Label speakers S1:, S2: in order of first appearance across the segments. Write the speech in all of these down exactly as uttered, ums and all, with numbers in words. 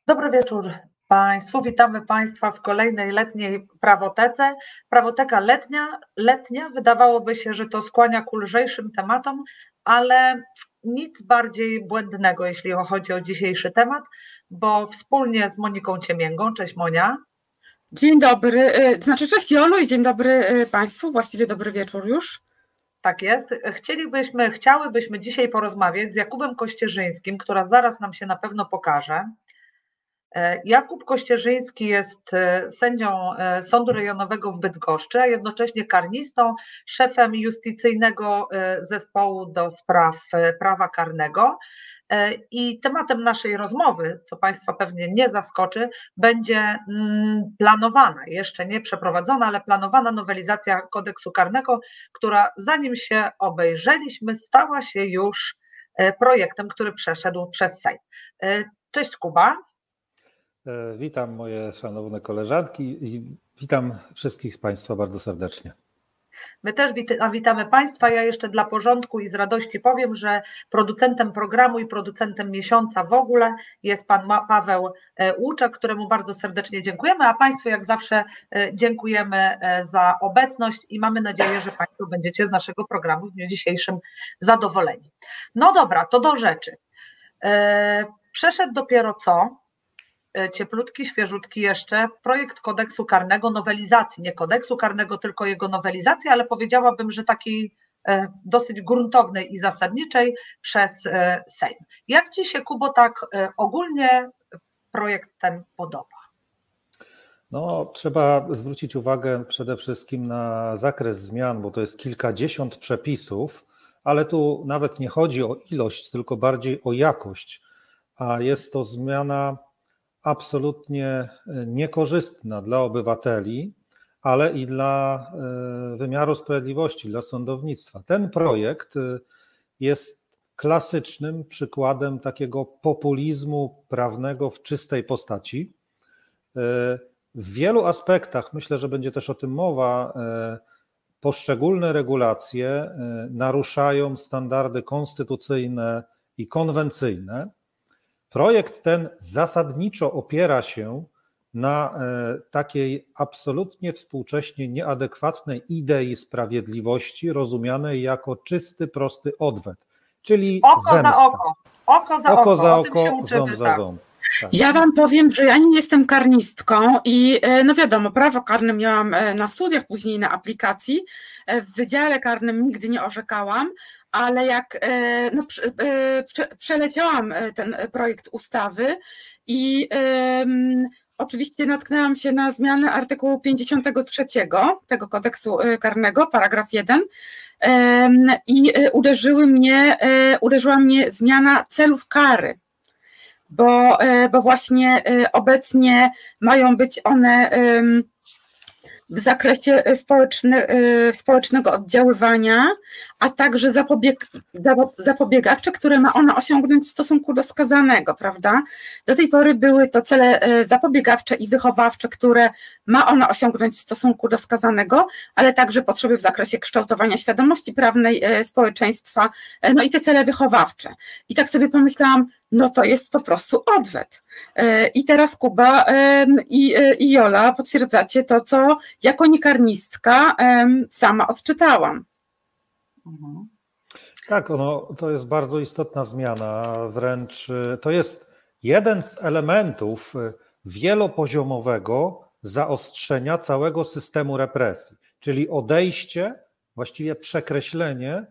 S1: Dobry wieczór Państwu. Witamy Państwa w kolejnej letniej prawotece. Prawoteka letnia, letnia, wydawałoby się, że to skłania ku lżejszym tematom, ale nic bardziej błędnego, jeśli chodzi o dzisiejszy temat, bo wspólnie z Moniką Ciemięgą, cześć Monia.
S2: Dzień dobry, znaczy cześć Jolu i dzień dobry Państwu, właściwie dobry wieczór już.
S1: Tak jest. Chcielibyśmy, chciałybyśmy dzisiaj porozmawiać z Jakubem Kościerzyńskim, która zaraz nam się na pewno pokaże. Jakub Kościerzyński jest sędzią Sądu Rejonowego w Bydgoszczy, a jednocześnie karnistą, szefem justycyjnego zespołu do spraw prawa karnego. I tematem naszej rozmowy, co Państwa pewnie nie zaskoczy, będzie planowana, jeszcze nie przeprowadzona, ale planowana nowelizacja kodeksu karnego, która zanim się obejrzeliśmy, stała się już projektem, który przeszedł przez Sejm. Cześć Kuba.
S3: Witam moje szanowne koleżanki i witam wszystkich Państwa bardzo serdecznie.
S1: My też witamy Państwa. Ja jeszcze dla porządku i z radości powiem, że producentem programu i producentem miesiąca w ogóle jest pan Paweł Łuczak, któremu bardzo serdecznie dziękujemy, a Państwu jak zawsze dziękujemy za obecność i mamy nadzieję, że Państwo będziecie z naszego programu w dniu dzisiejszym zadowoleni. No dobra, to do rzeczy. Przeszedł dopiero co? Cieplutki, świeżutki jeszcze projekt kodeksu karnego, nowelizacji, nie kodeksu karnego, tylko jego nowelizacji, ale powiedziałabym, że takiej dosyć gruntownej i zasadniczej przez Sejm. Jak Ci się, Kubo, tak ogólnie projekt ten podoba?
S3: No, trzeba zwrócić uwagę przede wszystkim na zakres zmian, bo to jest kilkadziesiąt przepisów, ale tu nawet nie chodzi o ilość, tylko bardziej o jakość, a jest to zmiana absolutnie niekorzystna dla obywateli, ale i dla wymiaru sprawiedliwości, dla sądownictwa. Ten projekt jest klasycznym przykładem takiego populizmu prawnego w czystej postaci. W wielu aspektach, myślę, że będzie też o tym mowa, poszczególne regulacje naruszają standardy konstytucyjne i konwencyjne. Projekt ten zasadniczo opiera się na takiej absolutnie współcześnie nieadekwatnej idei sprawiedliwości, rozumianej jako czysty, prosty odwet, czyli
S1: oko
S3: zemsta.
S1: za oko, oko za oko,
S3: oko, za oko
S1: uczymy,
S3: ząb za
S1: tak.
S3: ząb. Tak.
S2: Ja Wam powiem, że ja nie jestem karnistką i no wiadomo, prawo karne miałam na studiach, później na aplikacji. W wydziale karnym nigdy nie orzekałam, ale jak no, prze, przeleciałam ten projekt ustawy i um, oczywiście natknęłam się na zmianę artykułu pięćdziesiątego trzeciego tego kodeksu karnego, paragraf jeden, um, i uderzyły mnie, uderzyła mnie zmiana celów kary. Bo, bo właśnie obecnie mają być one w zakresie społeczny, społecznego oddziaływania, a także zapobieg, zapobiegawcze, które ma ona osiągnąć w stosunku do skazanego, prawda? Do tej pory były to cele zapobiegawcze i wychowawcze, które ma ona osiągnąć w stosunku do skazanego, ale także potrzeby w zakresie kształtowania świadomości prawnej społeczeństwa, no i te cele wychowawcze. I tak sobie pomyślałam, no to jest po prostu odwet. I teraz Kuba i, i Jola potwierdzacie to, co jako niekarnistka sama odczytałam.
S1: Mhm.
S3: Tak, no, to jest bardzo istotna zmiana, wręcz to jest jeden z elementów wielopoziomowego zaostrzenia całego systemu represji, czyli odejście, właściwie przekreślenie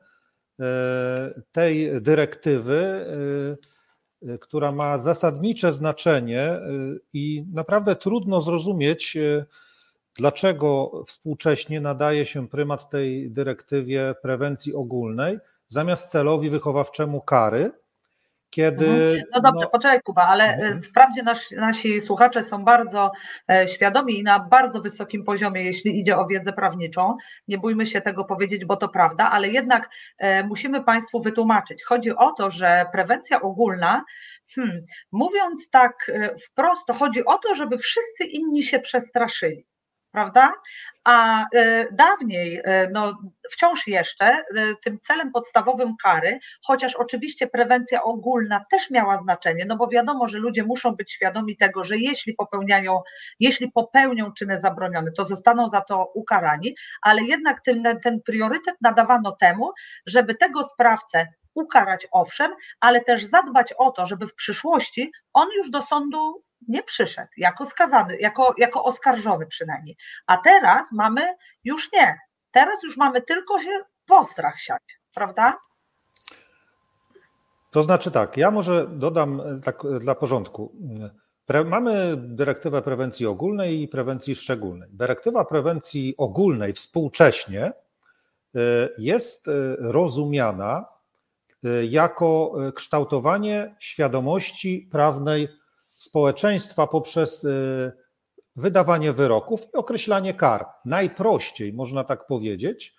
S3: tej dyrektywy, która ma zasadnicze znaczenie i naprawdę trudno zrozumieć, dlaczego współcześnie nadaje się prymat tej dyrektywie prewencji ogólnej zamiast celowi wychowawczemu kary, kiedy...
S1: No dobrze,
S3: no,
S1: poczekaj Kuba, ale
S3: mhm.
S1: wprawdzie nasi, nasi słuchacze są bardzo świadomi i na bardzo wysokim poziomie, jeśli idzie o wiedzę prawniczą, nie bójmy się tego powiedzieć, bo to prawda, ale jednak musimy Państwu wytłumaczyć. Chodzi o to, że prewencja ogólna, hmm, mówiąc tak wprost, to chodzi o to, żeby wszyscy inni się przestraszyli. prawda? A dawniej, no wciąż jeszcze, tym celem podstawowym kary, chociaż oczywiście prewencja ogólna też miała znaczenie, no bo wiadomo, że ludzie muszą być świadomi tego, że jeśli popełniają, jeśli popełnią czyny zabronione, to zostaną za to ukarani, ale jednak ten, ten priorytet nadawano temu, żeby tego sprawcę ukarać owszem, ale też zadbać o to, żeby w przyszłości on już do sądu nie przyszedł jako skazany, jako, jako oskarżony przynajmniej. A teraz mamy już nie. Teraz już mamy tylko się postrach siać, prawda?
S3: To znaczy tak, ja może dodam tak dla porządku. Pre, mamy dyrektywę prewencji ogólnej i prewencji szczególnej. Dyrektywa prewencji ogólnej współcześnie jest rozumiana jako kształtowanie świadomości prawnej społeczeństwa poprzez wydawanie wyroków i określanie kar. Najprościej można tak powiedzieć,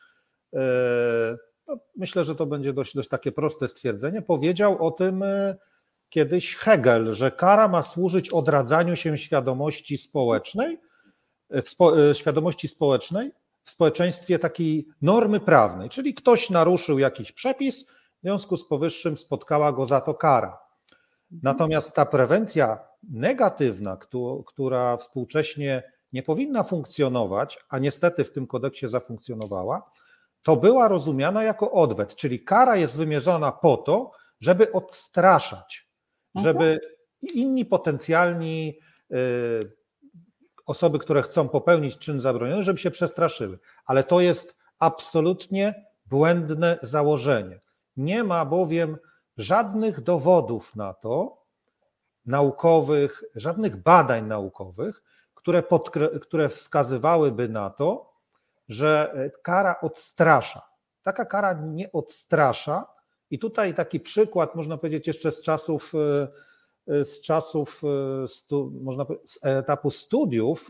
S3: no myślę, że to będzie dość, dość takie proste stwierdzenie, powiedział o tym kiedyś Hegel, że kara ma służyć odradzaniu się świadomości społecznej, w spo, świadomości społecznej w społeczeństwie takiej normy prawnej, czyli ktoś naruszył jakiś przepis, w związku z powyższym spotkała go za to kara. Natomiast ta prewencja negatywna, która współcześnie nie powinna funkcjonować, a niestety w tym kodeksie zafunkcjonowała, to była rozumiana jako odwet, czyli kara jest wymierzona po to, żeby odstraszać, żeby inni potencjalni osoby, które chcą popełnić czyn zabroniony, żeby się przestraszyły. Ale to jest absolutnie błędne założenie. Nie ma bowiem żadnych dowodów na to, naukowych, żadnych badań naukowych, które, podkre- które wskazywałyby na to, że kara odstrasza. Taka kara nie odstrasza i tutaj taki przykład, można powiedzieć jeszcze z czasów, z czasów stu, można z etapu studiów,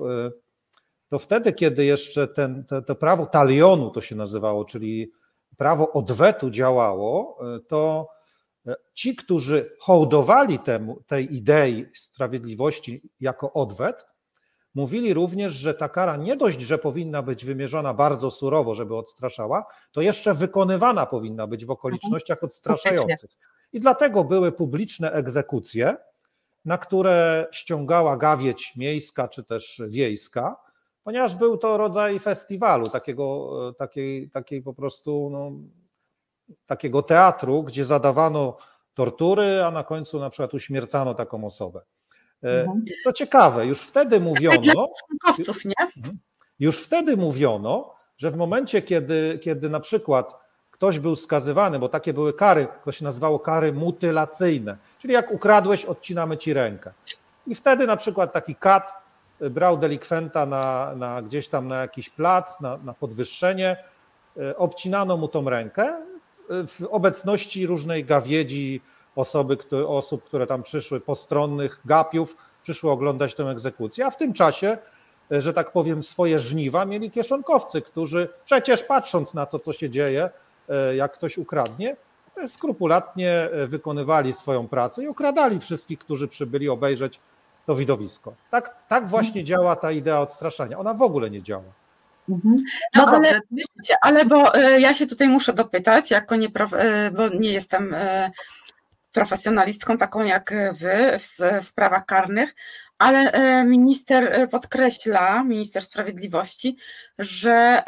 S3: to wtedy, kiedy jeszcze ten, to, to prawo talionu to się nazywało, czyli prawo odwetu działało, to ci, którzy hołdowali temu, tej idei sprawiedliwości jako odwet, mówili również, że ta kara nie dość, że powinna być wymierzona bardzo surowo, żeby odstraszała, to jeszcze wykonywana powinna być w okolicznościach odstraszających. I dlatego były publiczne egzekucje, na które ściągała gawieć miejska czy też wiejska, ponieważ był to rodzaj festiwalu, takiego, takiej, takiej po prostu no, takiego teatru, gdzie zadawano tortury, a na końcu na przykład uśmiercano taką osobę. Mhm. Co ciekawe, już wtedy mówiono,
S2: nie?
S3: już wtedy mówiono, że w momencie, kiedy, kiedy na przykład ktoś był skazywany, bo takie były kary, to się nazywało kary mutylacyjne, czyli jak ukradłeś, odcinamy ci rękę. I wtedy na przykład taki kat brał delikwenta na, na gdzieś tam na jakiś plac, na, na podwyższenie, obcinano mu tą rękę w obecności różnej gawiedzi, osoby, które, osób, które tam przyszły, postronnych gapiów, przyszły oglądać tę egzekucję, a w tym czasie, że tak powiem, swoje żniwa mieli kieszonkowcy, którzy przecież patrząc na to, co się dzieje, jak ktoś ukradnie, skrupulatnie wykonywali swoją pracę i okradali wszystkich, którzy przybyli obejrzeć to widowisko. Tak, tak właśnie działa ta idea odstraszania. Ona w ogóle nie działa.
S2: No, no ale, ale bo ja się tutaj muszę dopytać, jako nie, bo nie jestem profesjonalistką taką jak wy w, w sprawach karnych, ale minister podkreśla, minister sprawiedliwości, że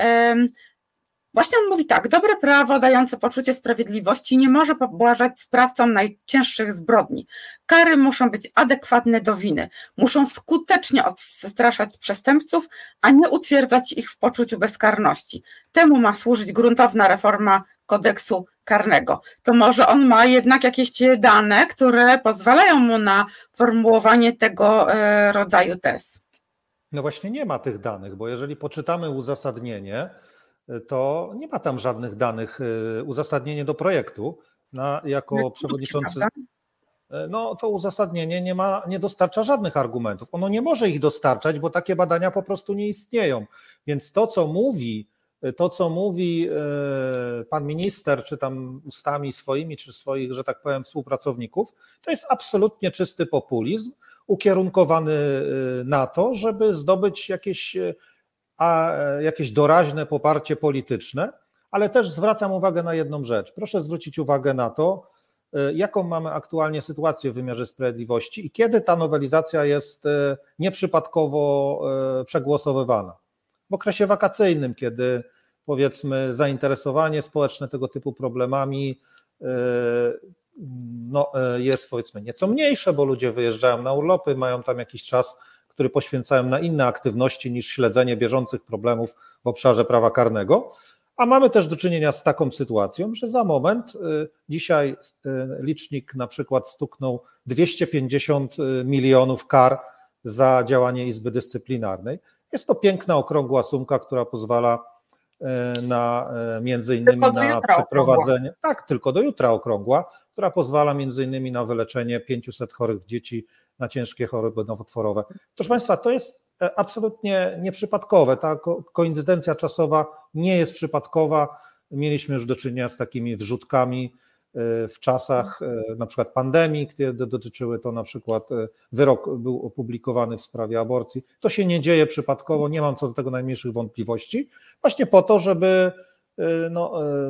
S2: właśnie on mówi tak, dobre prawo dające poczucie sprawiedliwości nie może pobłażać sprawcom najcięższych zbrodni. Kary muszą być adekwatne do winy, muszą skutecznie odstraszać przestępców, a nie utwierdzać ich w poczuciu bezkarności. Temu ma służyć gruntowna reforma kodeksu karnego. To może on ma jednak jakieś dane, które pozwalają mu na formułowanie tego rodzaju tez.
S3: No właśnie nie ma tych danych, bo jeżeli poczytamy uzasadnienie, to nie ma tam żadnych danych, uzasadnienie do projektu. Na, jako no, przewodniczący, no to uzasadnienie nie ma, nie dostarcza żadnych argumentów. Ono nie może ich dostarczać, bo takie badania po prostu nie istnieją. Więc to, co mówi, to, co mówi pan minister, czy tam ustami swoimi, czy swoich, że tak powiem, współpracowników, to jest absolutnie czysty populizm, ukierunkowany na to, żeby zdobyć jakieś a jakieś doraźne poparcie polityczne, ale też zwracam uwagę na jedną rzecz. Proszę zwrócić uwagę na to, jaką mamy aktualnie sytuację w wymiarze sprawiedliwości i kiedy ta nowelizacja jest nieprzypadkowo przegłosowywana. W okresie wakacyjnym, kiedy powiedzmy zainteresowanie społeczne tego typu problemami no, jest powiedzmy nieco mniejsze, bo ludzie wyjeżdżają na urlopy, mają tam jakiś czas, który poświęcają na inne aktywności niż śledzenie bieżących problemów w obszarze prawa karnego. A mamy też do czynienia z taką sytuacją, że za moment, dzisiaj licznik na przykład stuknął dwieście pięćdziesiąt milionów kar za działanie Izby Dyscyplinarnej. Jest to piękna, okrągła sumka, która pozwala na między innymi na przeprowadzenie, okrągła. tak, tylko do jutra okrągła, która pozwala między innymi na wyleczenie pięciuset chorych dzieci na ciężkie choroby nowotworowe. Proszę Państwa, to jest absolutnie nieprzypadkowe. Ta koincydencja czasowa nie jest przypadkowa. Mieliśmy już do czynienia z takimi wrzutkami w czasach na przykład pandemii, które dotyczyły to na przykład wyrok był opublikowany w sprawie aborcji. To się nie dzieje przypadkowo, nie mam co do tego najmniejszych wątpliwości. Właśnie po to, żeby no,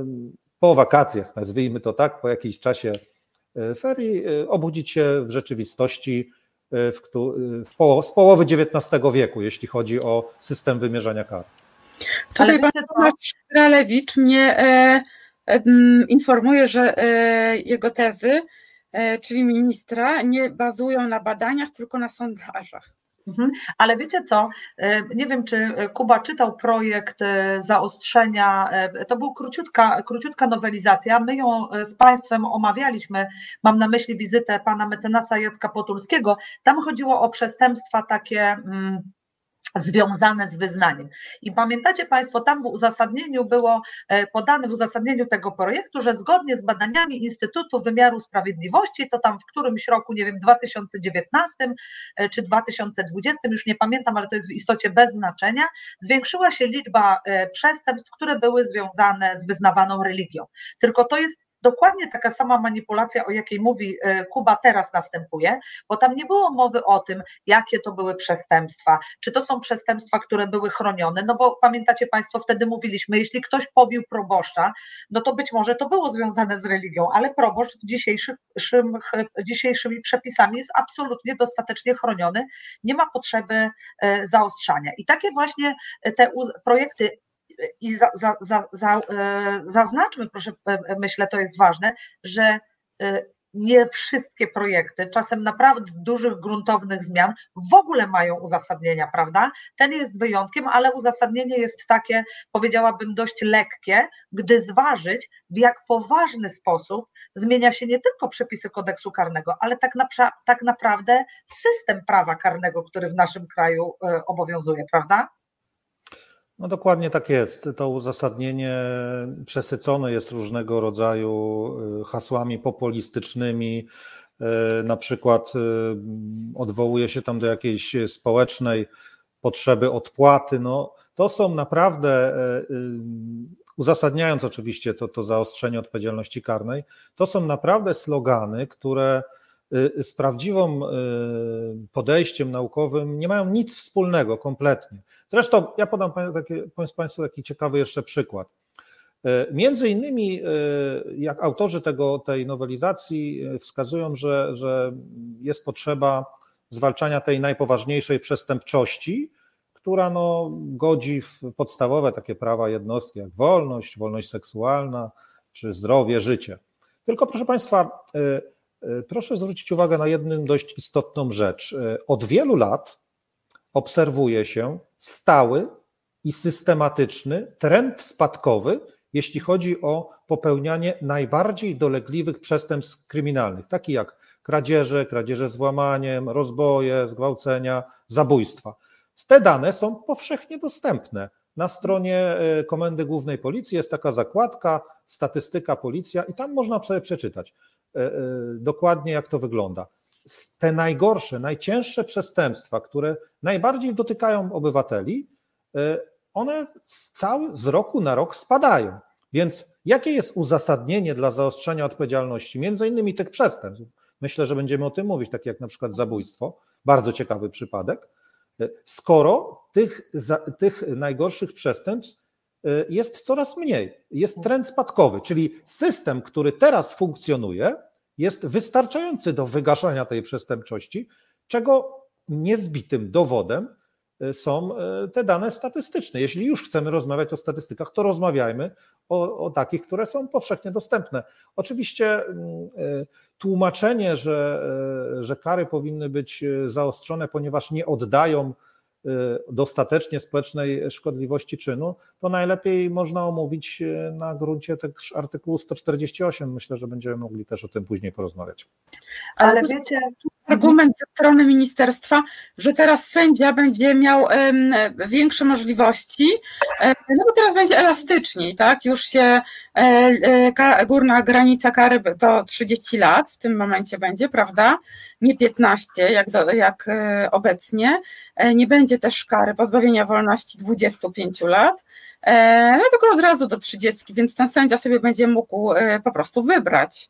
S3: po wakacjach, nazwijmy to tak, po jakimś czasie ferii obudzić się w rzeczywistości w, w po, z połowy dziewiętnastego wieku, jeśli chodzi o system wymierzania kar.
S2: Tutaj pan Tomasz Kralewicz mnie e, e, informuje, że e, jego tezy, e, czyli ministra, nie bazują na badaniach, tylko na sondażach.
S1: Mhm. Ale wiecie co, nie wiem, czy Kuba czytał projekt zaostrzenia, to była króciutka, króciutka nowelizacja, my ją z Państwem omawialiśmy, mam na myśli wizytę pana mecenasa Jacka Potulskiego, tam chodziło o przestępstwa takie mm, związane z wyznaniem. I pamiętacie Państwo, tam w uzasadnieniu było podane, w uzasadnieniu tego projektu, że zgodnie z badaniami Instytutu Wymiaru Sprawiedliwości, to tam w którymś roku, nie wiem, dwa tysiące dziewiętnastym czy dwa tysiące dwudziestym, już nie pamiętam, ale to jest w istocie bez znaczenia, zwiększyła się liczba przestępstw, które były związane z wyznawaną religią. Tylko to jest dokładnie taka sama manipulacja, o jakiej mówi Kuba, teraz następuje, bo tam nie było mowy o tym, jakie to były przestępstwa, czy to są przestępstwa, które były chronione, no bo pamiętacie Państwo, wtedy mówiliśmy, jeśli ktoś pobił proboszcza, no to być może to było związane z religią, ale proboszcz dzisiejszym, dzisiejszymi przepisami jest absolutnie dostatecznie chroniony, nie ma potrzeby zaostrzania. I takie właśnie te projekty. I za, za, za, za, zaznaczmy, proszę, myślę, to jest ważne, że nie wszystkie projekty, czasem naprawdę dużych, gruntownych zmian w ogóle mają uzasadnienia, prawda? Ten jest wyjątkiem, ale uzasadnienie jest takie, powiedziałabym, dość lekkie, gdy zważyć, w jak poważny sposób zmienia się nie tylko przepisy kodeksu karnego, ale tak, na, tak naprawdę system prawa karnego, który w naszym kraju obowiązuje, prawda?
S3: No dokładnie tak jest. To uzasadnienie przesycone jest różnego rodzaju hasłami populistycznymi, na przykład odwołuje się tam do jakiejś społecznej potrzeby odpłaty. No, to są naprawdę, uzasadniając oczywiście to, to zaostrzenie odpowiedzialności karnej, to są naprawdę slogany, które z prawdziwym podejściem naukowym nie mają nic wspólnego kompletnie. Zresztą ja podam Państwu taki ciekawy jeszcze przykład. Między innymi, jak autorzy tego, tej nowelizacji wskazują, że, że jest potrzeba zwalczania tej najpoważniejszej przestępczości, która no, godzi w podstawowe takie prawa jednostki, jak wolność, wolność seksualna, czy zdrowie, życie. Tylko proszę Państwa, proszę zwrócić uwagę na jedną dość istotną rzecz. Od wielu lat obserwuje się stały i systematyczny trend spadkowy, jeśli chodzi o popełnianie najbardziej dolegliwych przestępstw kryminalnych, takich jak kradzieże, kradzieże z włamaniem, rozboje, zgwałcenia, zabójstwa. Te dane są powszechnie dostępne. Na stronie Komendy Głównej Policji jest taka zakładka, statystyka policja i tam można sobie przeczytać dokładnie, jak to wygląda. Te najgorsze, najcięższe przestępstwa, które najbardziej dotykają obywateli, one z, cały, z roku na rok spadają. Więc jakie jest uzasadnienie dla zaostrzenia odpowiedzialności, między innymi tych przestępstw? Myślę, że będziemy o tym mówić, takie jak na przykład zabójstwo, bardzo ciekawy przypadek. skoro tych, za, tych najgorszych przestępstw jest coraz mniej. Jest trend spadkowy, czyli system, który teraz funkcjonuje, jest wystarczający do wygaszania tej przestępczości, czego niezbitym dowodem są te dane statystyczne. Jeśli już chcemy rozmawiać o statystykach, to rozmawiajmy o, o takich, które są powszechnie dostępne. Oczywiście tłumaczenie, że, że kary powinny być zaostrzone, ponieważ nie oddają dostatecznie społecznej szkodliwości czynu, to najlepiej można omówić na gruncie też artykułu sto czterdzieści osiem. Myślę, że będziemy mogli też o tym później porozmawiać.
S1: Ale wiecie...
S2: Argument ze strony ministerstwa, że teraz sędzia będzie miał um, większe możliwości, no bo teraz będzie elastyczniej, tak? Już się e, ka, górna granica kary to trzydzieści lat w tym momencie będzie, prawda? Nie piętnaście jak, do, jak e, obecnie. E, nie będzie też kary pozbawienia wolności dwudziestu pięciu lat, e, no tylko od razu do trzydziestu, więc ten sędzia sobie będzie mógł e, po prostu wybrać.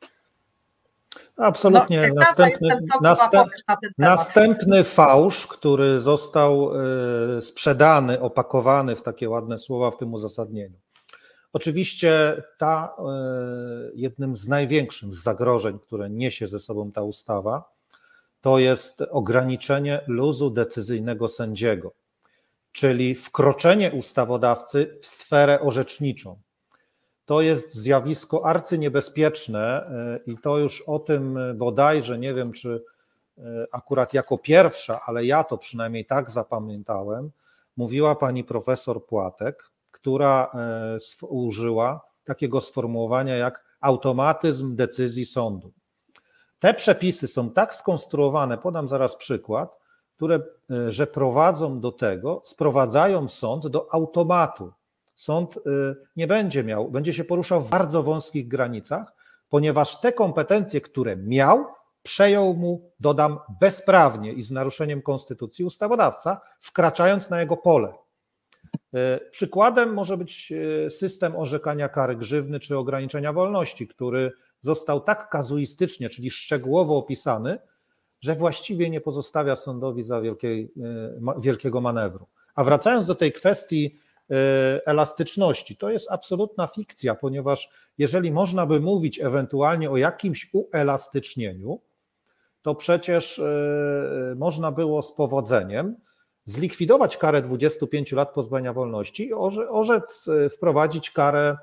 S3: Absolutnie.
S1: No,
S3: następny,
S1: jestem,
S3: następ,
S1: na ten
S3: następny fałsz, który został sprzedany, opakowany w takie ładne słowa w tym uzasadnieniu. Oczywiście ta jednym z największych zagrożeń, które niesie ze sobą ta ustawa, to jest ograniczenie luzu decyzyjnego sędziego, czyli wkroczenie ustawodawcy w sferę orzeczniczą. To jest zjawisko arcyniebezpieczne i to już o tym bodajże, nie wiem czy akurat jako pierwsza, ale ja to przynajmniej tak zapamiętałem, mówiła pani profesor Płatek, która użyła takiego sformułowania jak automatyzm decyzji sądu. Te przepisy są tak skonstruowane, podam zaraz przykład, które, że prowadzą do tego, sprowadzają sąd do automatu. Sąd nie będzie miał, będzie się poruszał w bardzo wąskich granicach, ponieważ te kompetencje, które miał, przejął mu, dodam, bezprawnie i z naruszeniem konstytucji ustawodawca, wkraczając na jego pole. Przykładem może być system orzekania kary grzywny czy ograniczenia wolności, który został tak kazuistycznie, czyli szczegółowo opisany, że właściwie nie pozostawia sądowi za wielkiej, wielkiego manewru. A wracając do tej kwestii elastyczności, to jest absolutna fikcja, ponieważ jeżeli można by mówić ewentualnie o jakimś uelastycznieniu, to przecież można było z powodzeniem zlikwidować karę dwudziestu pięciu lat pozbawienia wolności i orzec wprowadzić karę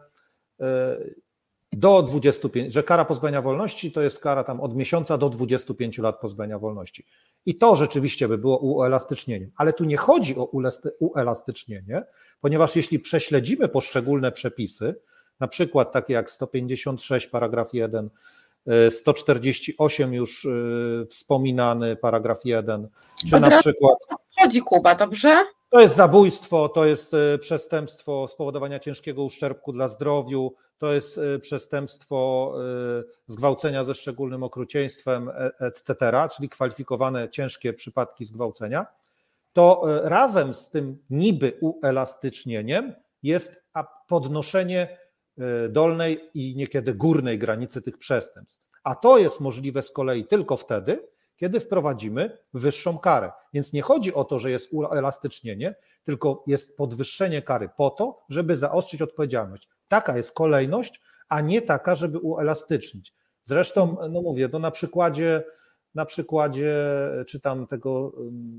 S3: do dwudziestu pięciu, że kara pozbawienia wolności to jest kara tam od miesiąca do dwudziestu pięciu lat pozbawienia wolności. I to rzeczywiście by było uelastycznieniem. Ale tu nie chodzi o uelastycznienie, ponieważ jeśli prześledzimy poszczególne przepisy, na przykład takie jak sto pięćdziesiąt sześć paragraf jeden, sto czterdzieści osiem już wspominany paragraf jeden, czy na przykład...
S2: Chodzi Kuba, dobrze?
S3: To jest zabójstwo, to jest przestępstwo spowodowania ciężkiego uszczerbku dla zdrowia, to jest przestępstwo zgwałcenia ze szczególnym okrucieństwem, et cetera, czyli kwalifikowane ciężkie przypadki zgwałcenia, to razem z tym niby uelastycznieniem jest podnoszenie dolnej i niekiedy górnej granicy tych przestępstw. A to jest możliwe z kolei tylko wtedy, kiedy wprowadzimy wyższą karę. Więc nie chodzi o to, że jest uelastycznienie, tylko jest podwyższenie kary po to, żeby zaostrzyć odpowiedzialność. Taka jest kolejność, a nie taka, żeby uelastycznić. Zresztą, no mówię, to na przykładzie, na przykładzie czytam tego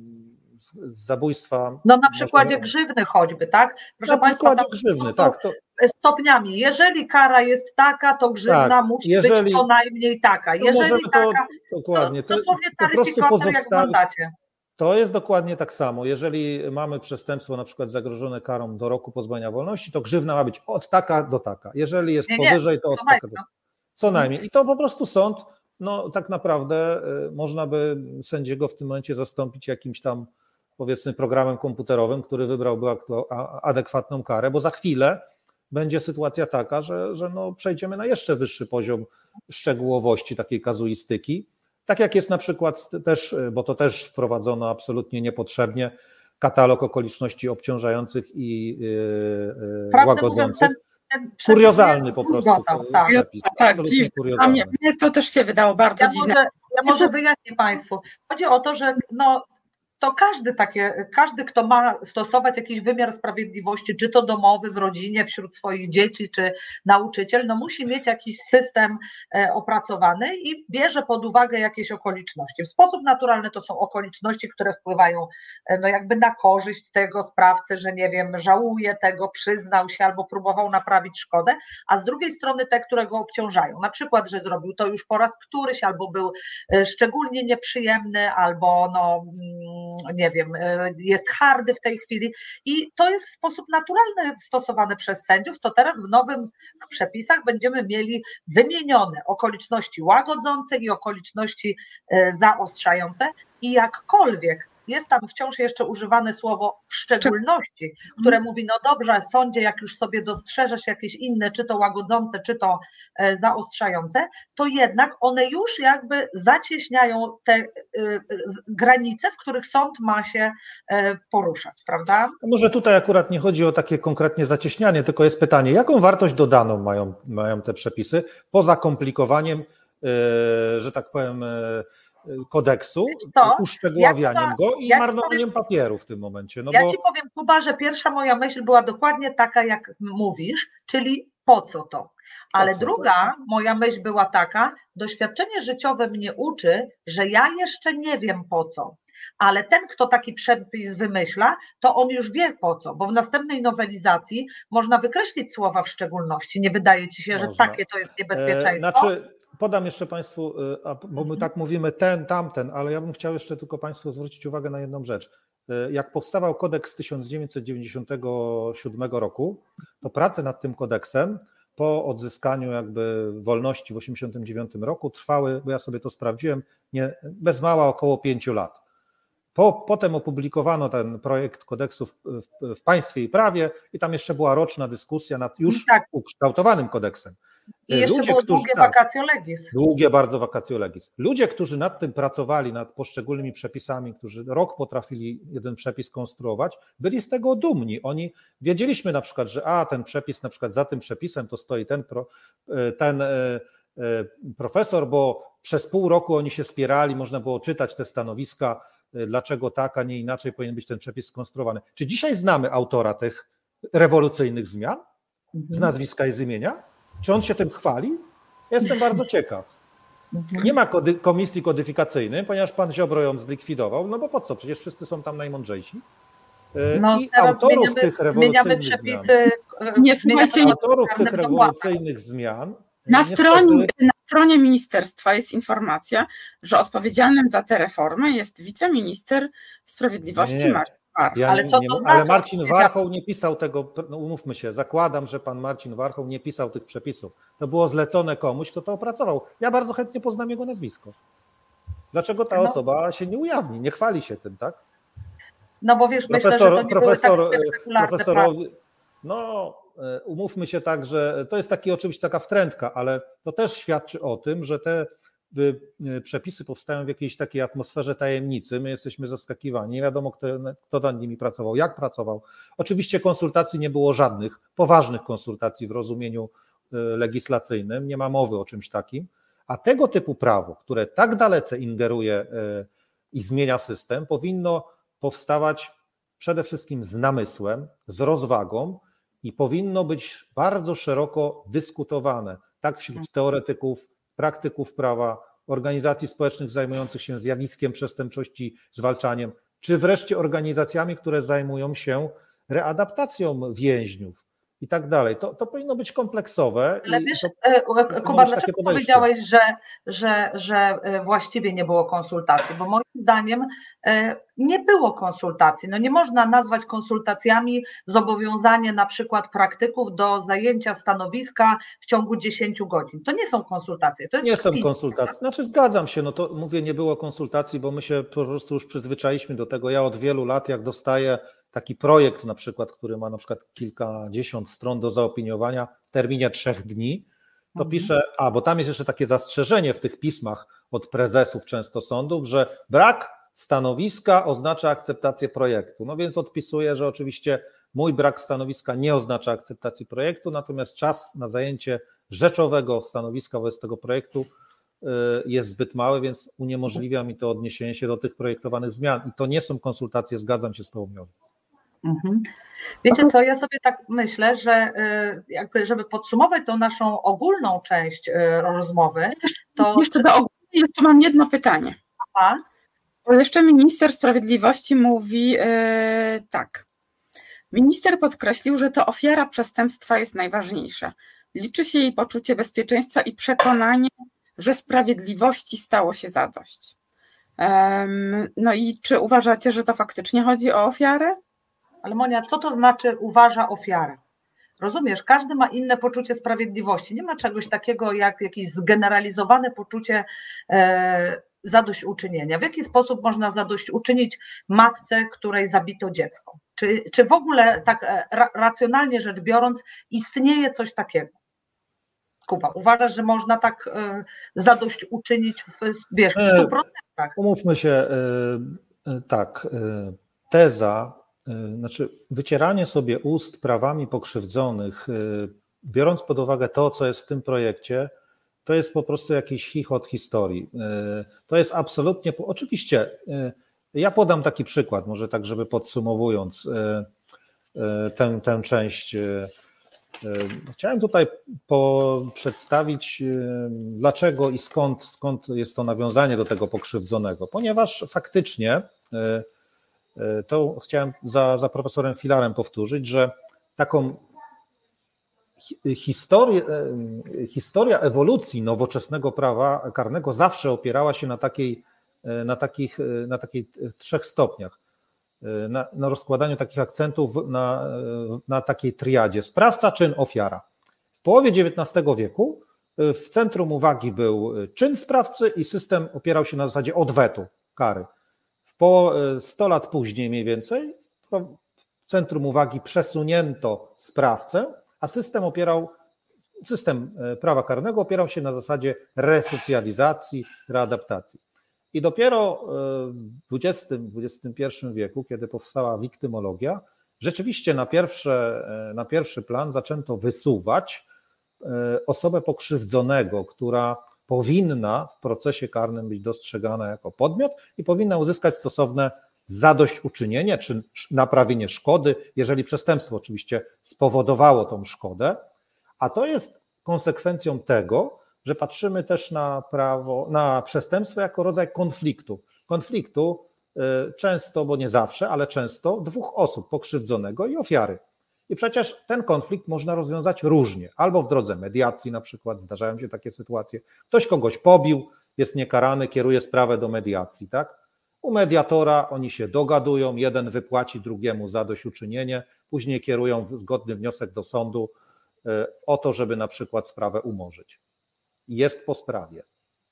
S3: zabójstwa.
S1: No na przykładzie grzywny choćby, tak?
S3: Proszę na Państwa, przykładzie grzywny, tak. To...
S1: Stopniami. Jeżeli kara jest taka, to grzywna tak, musi jeżeli, być co najmniej taka. Jeżeli taka,
S3: to, dokładnie,
S1: to dosłownie taryfikator jak w mandacie.
S3: To jest dokładnie tak samo. Jeżeli mamy przestępstwo na przykład zagrożone karą do roku pozbawienia wolności, to grzywna ma być od taka do taka. Jeżeli jest nie, powyżej, to od
S1: co
S3: taka do taka. Co najmniej. I to po prostu sąd, no tak naprawdę można by sędziego w tym momencie zastąpić jakimś tam, powiedzmy, programem komputerowym, który wybrałby adekwatną karę, bo za chwilę będzie sytuacja taka, że, że no przejdziemy na jeszcze wyższy poziom szczegółowości takiej kazuistyki. Tak jak jest na przykład też, bo to też wprowadzono absolutnie niepotrzebnie, katalog okoliczności obciążających i yy, łagodzących. Kuriozalny po prostu.
S2: Gotał, tak, tak dziwne. A mnie, mnie to też się wydało bardzo
S1: ja
S2: dziwne.
S1: Może, ja może wyjaśnię Państwu. Chodzi o to, że no, to każdy takie, każdy, kto ma stosować jakiś wymiar sprawiedliwości, czy to domowy, w rodzinie, wśród swoich dzieci, czy nauczyciel, no musi mieć jakiś system opracowany i bierze pod uwagę jakieś okoliczności. W sposób naturalny to są okoliczności, które wpływają no jakby na korzyść tego sprawcy, że nie wiem, żałuje tego, przyznał się albo próbował naprawić szkodę, a z drugiej strony te, które go obciążają. Na przykład, że zrobił to już po raz któryś, albo był szczególnie nieprzyjemny, albo no nie wiem, jest hardy w tej chwili i to jest w sposób naturalny stosowane przez sędziów, to teraz w nowym przepisach będziemy mieli wymienione okoliczności łagodzące i okoliczności zaostrzające i jakkolwiek jest tam wciąż jeszcze używane słowo w szczególności, które mówi, no dobrze, sądzie, jak już sobie dostrzeżesz jakieś inne, czy to łagodzące, czy to zaostrzające, to jednak one już jakby zacieśniają te granice, w których sąd ma się poruszać, prawda?
S3: Może tutaj akurat nie chodzi o takie konkretnie zacieśnianie, tylko jest pytanie, jaką wartość dodaną mają, mają te przepisy poza komplikowaniem, że tak powiem, kodeksu,
S1: to,
S3: uszczegóławianiem
S1: ja
S3: go i
S1: ja
S3: marnowaniem powiem, papieru w tym momencie. No
S1: ja
S3: bo...
S1: ci powiem, Kuba, że pierwsza moja myśl była dokładnie taka, jak mówisz, czyli po co to? Ale
S3: co,
S1: druga
S3: to
S1: moja myśl była taka, doświadczenie życiowe mnie uczy, że ja jeszcze nie wiem po co. Ale ten, kto taki przepis wymyśla, to on już wie po co, bo w następnej nowelizacji można wykreślić słowa w szczególności. Nie wydaje ci się,
S3: można.
S1: Że takie to jest niebezpieczeństwo?
S3: E, znaczy, podam jeszcze Państwu, bo my tak mówimy ten, tamten, ale ja bym chciał jeszcze tylko Państwu zwrócić uwagę na jedną rzecz. Jak powstawał kodeks z tysiąc dziewięćset dziewięćdziesiątego siódmego roku, to prace nad tym kodeksem po odzyskaniu jakby wolności w osiemdziesiątym dziewiątym roku trwały, bo ja sobie to sprawdziłem, nie, bez mała około pięciu lat. Po, potem opublikowano ten projekt kodeksu w, w, w Państwie i Prawie i tam jeszcze była roczna dyskusja nad już tak. ukształtowanym kodeksem.
S1: I jeszcze Ludzie, było którzy, długie tak, vacatio legis.
S3: Długie bardzo vacatio legis. Ludzie, którzy nad tym pracowali, nad poszczególnymi przepisami, którzy rok potrafili jeden przepis konstruować, byli z tego dumni. Oni wiedzieliśmy na przykład, że a ten przepis, na przykład za tym przepisem to stoi ten, pro, ten profesor, bo przez pół roku oni się spierali, można było czytać te stanowiska, dlaczego tak, a nie inaczej powinien być ten przepis skonstruowany. Czy dzisiaj znamy autora tych rewolucyjnych zmian z nazwiska i z imienia? Czy on się tym chwali? Jestem bardzo ciekaw. Nie ma kody, komisji kodyfikacyjnej, ponieważ pan Ziobro ją zlikwidował, no bo po co? Przecież wszyscy są tam najmądrzejsi.
S1: No,
S3: I autorów
S1: zmieniamy,
S3: tych rewolucyjnych
S1: przepisy,
S3: zmian. Nie słuchajcie, autorów tych rewolucyjnych zmian.
S2: Na, niestety... stronie, na stronie ministerstwa jest informacja, że odpowiedzialnym za te reformy jest wiceminister sprawiedliwości Marcin Warchoł.
S3: Ja ale, co to znaczy? Ale Marcin Warchoł nie pisał tego, no umówmy się, zakładam, że pan Marcin Warchoł nie pisał tych przepisów. To było zlecone komuś, kto to opracował. Ja bardzo chętnie poznam jego nazwisko. Dlaczego ta no. osoba się nie ujawni, nie chwali się tym, tak?
S1: No bo wiesz,
S3: profesor,
S1: myślę, że to nie
S3: profesor,
S1: były tak
S3: profesorowi, no umówmy się tak, że to jest taki oczywiście taka wtrętka, ale to też świadczy o tym, że te przepisy powstają w jakiejś takiej atmosferze tajemnicy, my jesteśmy zaskakiwani, nie wiadomo kto, kto nad nimi pracował, jak pracował. Oczywiście konsultacji nie było żadnych, poważnych konsultacji w rozumieniu legislacyjnym, nie ma mowy o czymś takim, a tego typu prawo, które tak dalece ingeruje i zmienia system, powinno powstawać przede wszystkim z namysłem, z rozwagą i powinno być bardzo szeroko dyskutowane, tak wśród teoretyków, praktyków prawa, organizacji społecznych zajmujących się zjawiskiem przestępczości, zwalczaniem, czy wreszcie organizacjami, które zajmują się readaptacją więźniów i tak dalej. To, to powinno być kompleksowe.
S1: Ale wiesz, to, to Kuba, dlaczego powiedziałeś, że, że, że właściwie nie było konsultacji? Bo moim zdaniem nie było konsultacji. No nie można nazwać konsultacjami zobowiązanie na przykład praktyków do zajęcia stanowiska w ciągu dziesięciu godzin. To nie są konsultacje. To jest
S3: nie są konsultacje. Znaczy zgadzam się, no to mówię, nie było konsultacji, bo my się po prostu już przyzwyczailiśmy do tego. Ja od wielu lat, jak dostaję taki projekt na przykład, który ma na przykład kilkadziesiąt stron do zaopiniowania w terminie trzech dni, to mhm. piszę, a bo tam jest jeszcze takie zastrzeżenie w tych pismach od prezesów często sądów, że brak stanowiska oznacza akceptację projektu. No więc odpisuję, że oczywiście mój brak stanowiska nie oznacza akceptacji projektu, natomiast czas na zajęcie rzeczowego stanowiska wobec tego projektu jest zbyt małe, więc uniemożliwia mi to odniesienie się do tych projektowanych zmian. I to nie są konsultacje, zgadzam się z tą Miolą.
S1: Mhm. Wiecie co, ja sobie tak myślę, że jakby żeby podsumować tą naszą ogólną część rozmowy, to...
S2: Jeszcze do ogólnej jeszcze mam jedno pytanie.
S1: Aha.
S2: Bo jeszcze minister sprawiedliwości mówi yy, tak. Minister podkreślił, że to ofiara przestępstwa jest najważniejsza. Liczy się jej poczucie bezpieczeństwa i przekonanie, że sprawiedliwości stało się zadość. Um, no i czy uważacie, że to faktycznie chodzi o ofiarę?
S1: Ale Monia, co to znaczy uważa ofiarę? Rozumiesz, każdy ma inne poczucie sprawiedliwości. Nie ma czegoś takiego jak jakieś zgeneralizowane poczucie e, zadośćuczynienia. W jaki sposób można zadośćuczynić matce, której zabito dziecko? Czy, czy w ogóle tak ra, racjonalnie rzecz biorąc istnieje coś takiego? Kuba, uważasz, że można tak e, zadośćuczynić w, wiesz, w stu procentach?
S3: Umówmy się, e, tak, e, teza, znaczy wycieranie sobie ust prawami pokrzywdzonych, biorąc pod uwagę to, co jest w tym projekcie, to jest po prostu jakiś chichot historii. To jest absolutnie, oczywiście, ja podam taki przykład, może tak, żeby podsumowując tę, tę część. Chciałem tutaj po, przedstawić, dlaczego i skąd, skąd jest to nawiązanie do tego pokrzywdzonego, ponieważ faktycznie to chciałem za, za profesorem Filarem powtórzyć, że taką historię, historia ewolucji nowoczesnego prawa karnego zawsze opierała się na, takiej, na, takich, na takich trzech stopniach, na, na rozkładaniu takich akcentów na, na takiej triadzie: sprawca, czyn, ofiara. W połowie dziewiętnastego wieku w centrum uwagi był czyn sprawcy i system opierał się na zasadzie odwetu kary. Po sto lat później mniej więcej w centrum uwagi przesunięto sprawcę, a system opierał, system prawa karnego opierał się na zasadzie resocjalizacji, readaptacji. I dopiero w dwudziestym, dwudziestym pierwszym wieku, kiedy powstała wiktymologia, rzeczywiście na, pierwsze, na pierwszy plan zaczęto wysuwać osobę pokrzywdzonego, która powinna w procesie karnym być dostrzegana jako podmiot i powinna uzyskać stosowne zadośćuczynienie czy naprawienie szkody, jeżeli przestępstwo oczywiście spowodowało tą szkodę, a to jest konsekwencją tego, że patrzymy też na prawo, na przestępstwo jako rodzaj konfliktu. Konfliktu często, bo nie zawsze, ale często dwóch osób, pokrzywdzonego i ofiary. I przecież ten konflikt można rozwiązać różnie, albo w drodze mediacji na przykład, zdarzają się takie sytuacje, ktoś kogoś pobił, jest niekarany, kieruje sprawę do mediacji, tak? U mediatora oni się dogadują, jeden wypłaci drugiemu zadośćuczynienie, później kierują zgodny wniosek do sądu o to, żeby na przykład sprawę umorzyć. Jest po sprawie.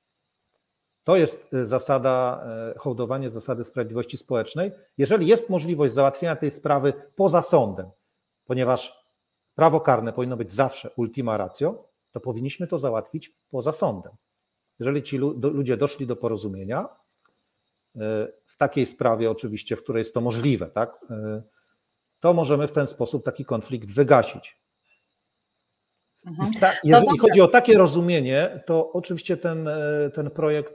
S3: To jest zasada, hołdowanie zasady sprawiedliwości społecznej, jeżeli jest możliwość załatwienia tej sprawy poza sądem, ponieważ prawo karne powinno być zawsze ultima ratio, to powinniśmy to załatwić poza sądem. Jeżeli ci ludzie doszli do porozumienia, w takiej sprawie oczywiście, w której jest to możliwe, tak, to możemy w ten sposób taki konflikt wygasić. Mhm. Ta, jeżeli chodzi o takie rozumienie, to oczywiście ten, ten projekt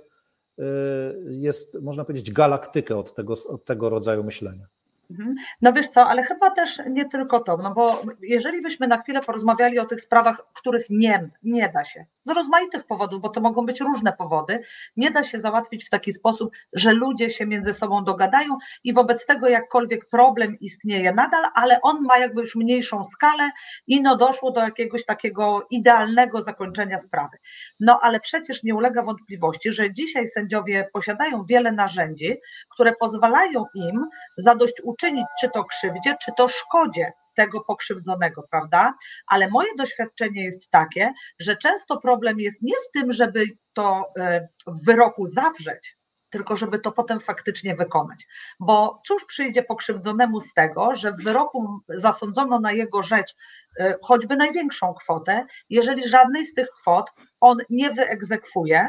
S3: jest, można powiedzieć, galaktykę od tego, od tego rodzaju myślenia.
S1: No wiesz co, ale chyba też nie tylko to, no bo jeżeli byśmy na chwilę porozmawiali o tych sprawach, których nie, nie da się, z rozmaitych powodów, bo to mogą być różne powody, nie da się załatwić w taki sposób, że ludzie się między sobą dogadają i wobec tego jakkolwiek problem istnieje nadal, ale on ma jakby już mniejszą skalę i no doszło do jakiegoś takiego idealnego zakończenia sprawy. No ale przecież nie ulega wątpliwości, że dzisiaj sędziowie posiadają wiele narzędzi, które pozwalają im zadośćuczynić czy to krzywdzie, czy to szkodzie tego pokrzywdzonego, prawda? Ale moje doświadczenie jest takie, że często problem jest nie z tym, żeby to w wyroku zawrzeć, tylko żeby to potem faktycznie wykonać. Bo cóż przyjdzie pokrzywdzonemu z tego, że w wyroku zasądzono na jego rzecz choćby największą kwotę, jeżeli żadnej z tych kwot on nie wyegzekwuje,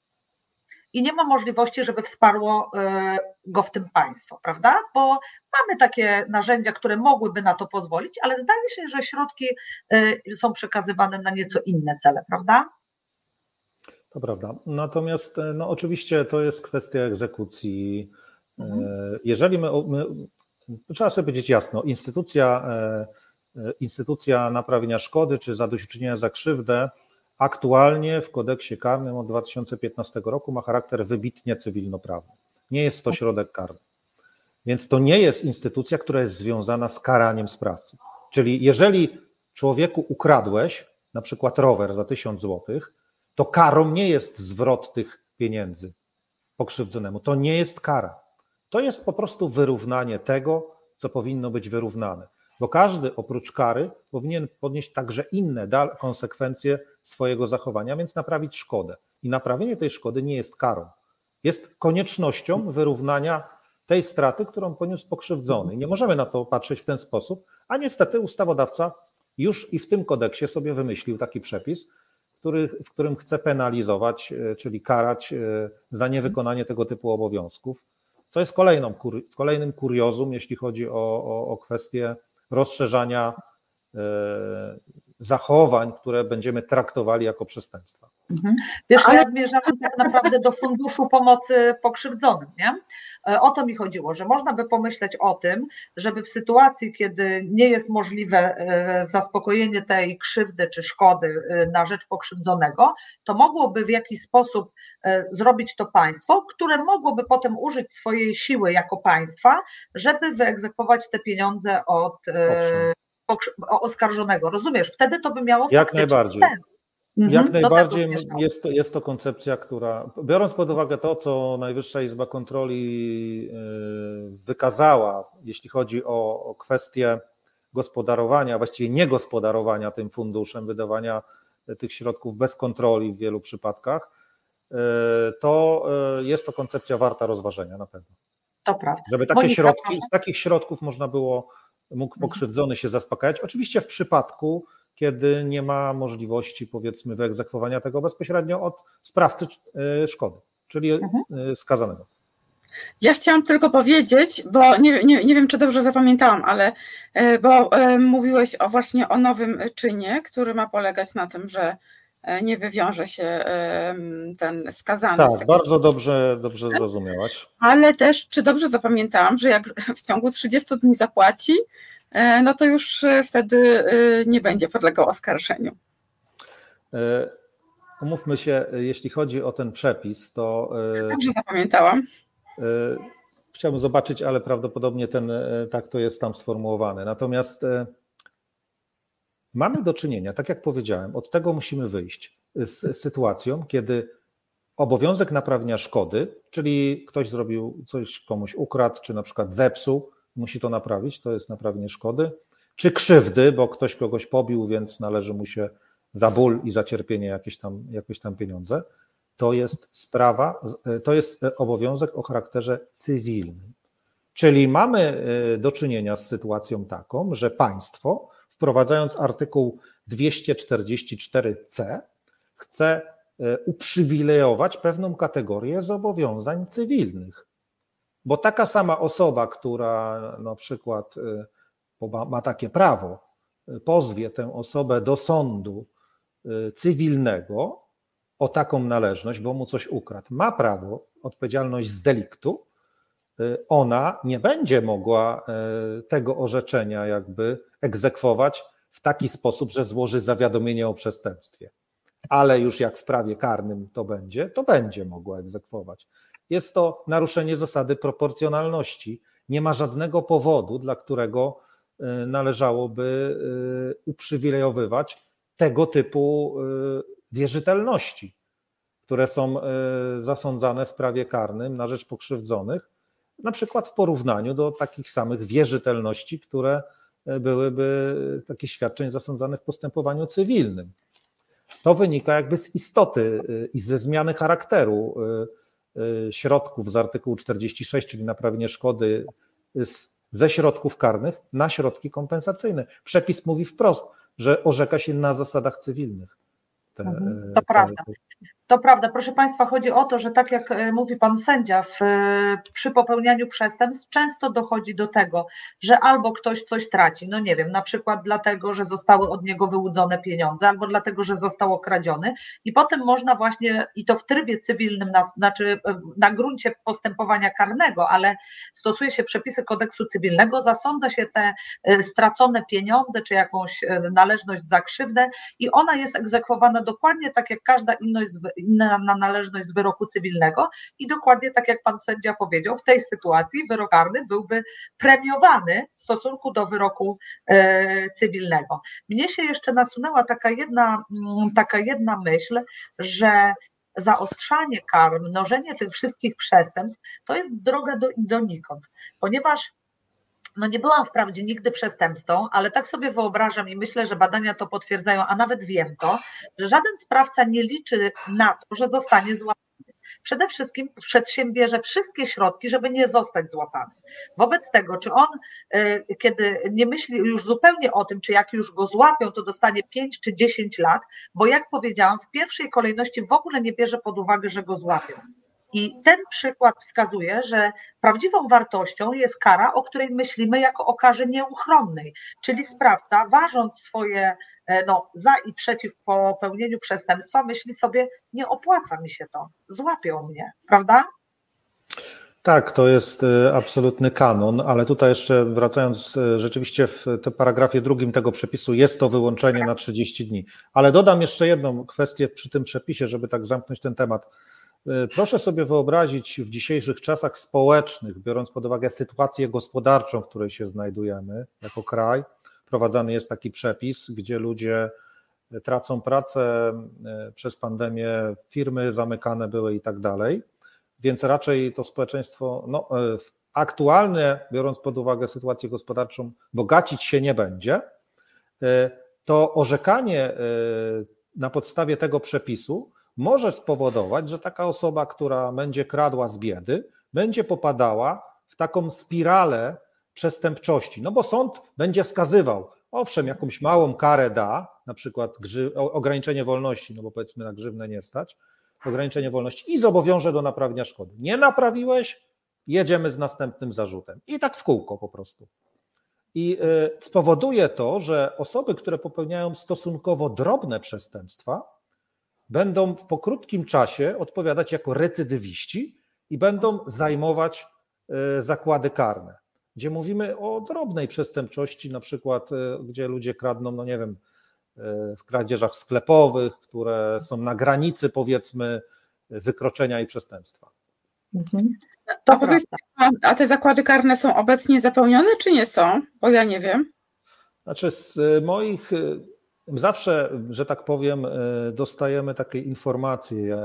S1: i nie ma możliwości, żeby wsparło go w tym państwo, prawda? Bo mamy takie narzędzia, które mogłyby na to pozwolić, ale zdaje się, że środki są przekazywane na nieco inne cele, prawda?
S3: To prawda. Natomiast no, oczywiście to jest kwestia egzekucji. Mhm. Jeżeli my, my, trzeba sobie powiedzieć jasno, instytucja, instytucja naprawienia szkody czy zadośćuczynienia za krzywdę aktualnie w kodeksie karnym od dwa tysiące piętnastego roku ma charakter wybitnie cywilnoprawny. Nie jest to środek karny. Więc to nie jest instytucja, która jest związana z karaniem sprawcy. Czyli jeżeli człowieku ukradłeś na przykład rower za tysiąc złotych, to karą nie jest zwrot tych pieniędzy pokrzywdzonemu. To nie jest kara. To jest po prostu wyrównanie tego, co powinno być wyrównane. Bo każdy oprócz kary powinien podnieść także inne konsekwencje swojego zachowania, więc naprawić szkodę. I naprawienie tej szkody nie jest karą. Jest koniecznością wyrównania tej straty, którą poniósł pokrzywdzony. Nie możemy na to patrzeć w ten sposób, a niestety ustawodawca już i w tym kodeksie sobie wymyślił taki przepis, który, w którym chce penalizować, czyli karać za niewykonanie tego typu obowiązków, co jest kolejną, kolejnym kuriozum, jeśli chodzi o, o, o kwestię rozszerzania zachowań, które będziemy traktowali jako przestępstwa.
S1: Mhm. Wiesz, ale ja zmierzałam tak naprawdę do Funduszu Pomocy Pokrzywdzonym, nie? O to mi chodziło, że można by pomyśleć o tym, żeby w sytuacji, kiedy nie jest możliwe zaspokojenie tej krzywdy czy szkody na rzecz pokrzywdzonego, to mogłoby w jakiś sposób zrobić to państwo, które mogłoby potem użyć swojej siły jako państwa, żeby wyegzekwować te pieniądze od oskarżonego. Rozumiesz? Wtedy to by miało
S3: Jak najbardziej.
S1: sens.
S3: Jak najbardziej jest to, jest to koncepcja, która, biorąc pod uwagę to, co Najwyższa Izba Kontroli wykazała, jeśli chodzi o, o kwestię gospodarowania, właściwie niegospodarowania tym funduszem, wydawania tych środków bez kontroli w wielu przypadkach, to jest to koncepcja warta rozważenia na pewno.
S1: To prawda.
S3: Żeby takie Monika, środki, proszę. Z takich środków można było, mógł pokrzywdzony się zaspokajać. Oczywiście w przypadku, kiedy nie ma możliwości, powiedzmy, wyegzekwowania tego bezpośrednio od sprawcy szkody, czyli mhm. skazanego.
S2: Ja chciałam tylko powiedzieć, bo nie, nie, nie wiem, czy dobrze zapamiętałam, ale bo mówiłeś o właśnie o nowym czynie, który ma polegać na tym, że nie wywiąże się ten skazany.
S3: Tak,
S2: z tego...
S3: bardzo dobrze, dobrze zrozumiałaś.
S2: Ale też, czy dobrze zapamiętałam, że jak w ciągu trzydziestu dni zapłaci, no to już wtedy nie będzie podlegał oskarżeniu.
S3: Umówmy się, jeśli chodzi o ten przepis, to...
S2: Dobrze zapamiętałam.
S3: Chciałbym zobaczyć, ale prawdopodobnie ten, tak to jest tam sformułowane. Natomiast mamy do czynienia, tak jak powiedziałem, od tego musimy wyjść, z sytuacją, kiedy obowiązek naprawienia szkody, czyli ktoś zrobił coś, komuś ukradł, czy na przykład zepsuł, musi to naprawić, to jest naprawienie szkody, czy krzywdy, bo ktoś kogoś pobił, więc należy mu się za ból i za cierpienie jakieś tam, jakieś tam pieniądze, to jest sprawa, to jest obowiązek o charakterze cywilnym. Czyli mamy do czynienia z sytuacją taką, że państwo, wprowadzając artykuł dwieście czterdzieści cztery c, chce uprzywilejować pewną kategorię zobowiązań cywilnych. Bo taka sama osoba, która na przykład ma takie prawo, pozwie tę osobę do sądu cywilnego o taką należność, bo mu coś ukradł, ma prawo, odpowiedzialność z deliktu, ona nie będzie mogła tego orzeczenia jakby egzekwować w taki sposób, że złoży zawiadomienie o przestępstwie. Ale już jak w prawie karnym to będzie, to będzie mogła egzekwować. Jest to naruszenie zasady proporcjonalności. Nie ma żadnego powodu, dla którego należałoby uprzywilejowywać tego typu wierzytelności, które są zasądzane w prawie karnym na rzecz pokrzywdzonych, na przykład w porównaniu do takich samych wierzytelności, które byłyby takich świadczeń zasądzanych w postępowaniu cywilnym. To wynika jakby z istoty i ze zmiany charakteru środków z artykułu czterdzieści sześć, czyli naprawienie szkody ze środków karnych na środki kompensacyjne. Przepis mówi wprost, że orzeka się na zasadach cywilnych. Te,
S1: to
S3: te,
S1: prawda. To prawda, proszę Państwa, chodzi o to, że tak jak mówi Pan sędzia, w, przy popełnianiu przestępstw często dochodzi do tego, że albo ktoś coś traci, no nie wiem, na przykład dlatego, że zostały od niego wyłudzone pieniądze, albo dlatego, że został okradziony i potem można właśnie, i to w trybie cywilnym, na, znaczy na gruncie postępowania karnego, ale stosuje się przepisy kodeksu cywilnego, zasądza się te stracone pieniądze, czy jakąś należność za krzywdę i ona jest egzekwowana dokładnie tak jak każda inność inna należność z wyroku cywilnego i dokładnie tak jak pan sędzia powiedział, w tej sytuacji wyrok karny byłby premiowany w stosunku do wyroku e, cywilnego. Mnie się jeszcze nasunęła taka jedna, taka jedna myśl, że zaostrzanie kar, mnożenie tych wszystkich przestępstw to jest droga do, donikąd, ponieważ no nie byłam wprawdzie nigdy przestępcą, ale tak sobie wyobrażam i myślę, że badania to potwierdzają, a nawet wiem to, że żaden sprawca nie liczy na to, że zostanie złapany. Przede wszystkim przedsiębierze wszystkie środki, żeby nie zostać złapany. Wobec tego, czy on, kiedy nie myśli już zupełnie o tym, czy jak już go złapią, to dostanie pięć czy dziesięć lat, bo jak powiedziałam, w pierwszej kolejności w ogóle nie bierze pod uwagę, że go złapią. I ten przykład wskazuje, że prawdziwą wartością jest kara, o której myślimy jako o karze nieuchronnej, czyli sprawca, ważąc swoje no, za i przeciw popełnieniu przestępstwa, myśli sobie, nie opłaca mi się to, złapią mnie, prawda?
S3: Tak, to jest absolutny kanon, ale tutaj jeszcze wracając, rzeczywiście w tym paragrafie drugim tego przepisu jest to wyłączenie na trzydzieści dni. Ale dodam jeszcze jedną kwestię przy tym przepisie, żeby tak zamknąć ten temat. Proszę sobie wyobrazić w dzisiejszych czasach społecznych, biorąc pod uwagę sytuację gospodarczą, w której się znajdujemy jako kraj, wprowadzany jest taki przepis, gdzie ludzie tracą pracę przez pandemię, firmy zamykane były i tak dalej, więc raczej to społeczeństwo no, aktualne, biorąc pod uwagę sytuację gospodarczą, bogacić się nie będzie, to orzekanie na podstawie tego przepisu może spowodować, że taka osoba, która będzie kradła z biedy, będzie popadała w taką spiralę przestępczości, no bo sąd będzie skazywał, owszem, jakąś małą karę da, na przykład ograniczenie wolności, no bo powiedzmy na grzywnę nie stać, ograniczenie wolności i zobowiąże do naprawienia szkody. Nie naprawiłeś, jedziemy z następnym zarzutem. I tak w kółko po prostu. I spowoduje to, że osoby, które popełniają stosunkowo drobne przestępstwa, będą po krótkim czasie odpowiadać jako recydywiści i będą zajmować zakłady karne, gdzie mówimy o drobnej przestępczości, na przykład gdzie ludzie kradną, no nie wiem, w kradzieżach sklepowych, które są na granicy powiedzmy wykroczenia i przestępstwa.
S1: Mhm.
S2: To powiedz, a te zakłady karne są obecnie zapełnione, czy nie są? Bo ja nie wiem.
S3: Znaczy z moich, zawsze, że tak powiem, dostajemy takie informacje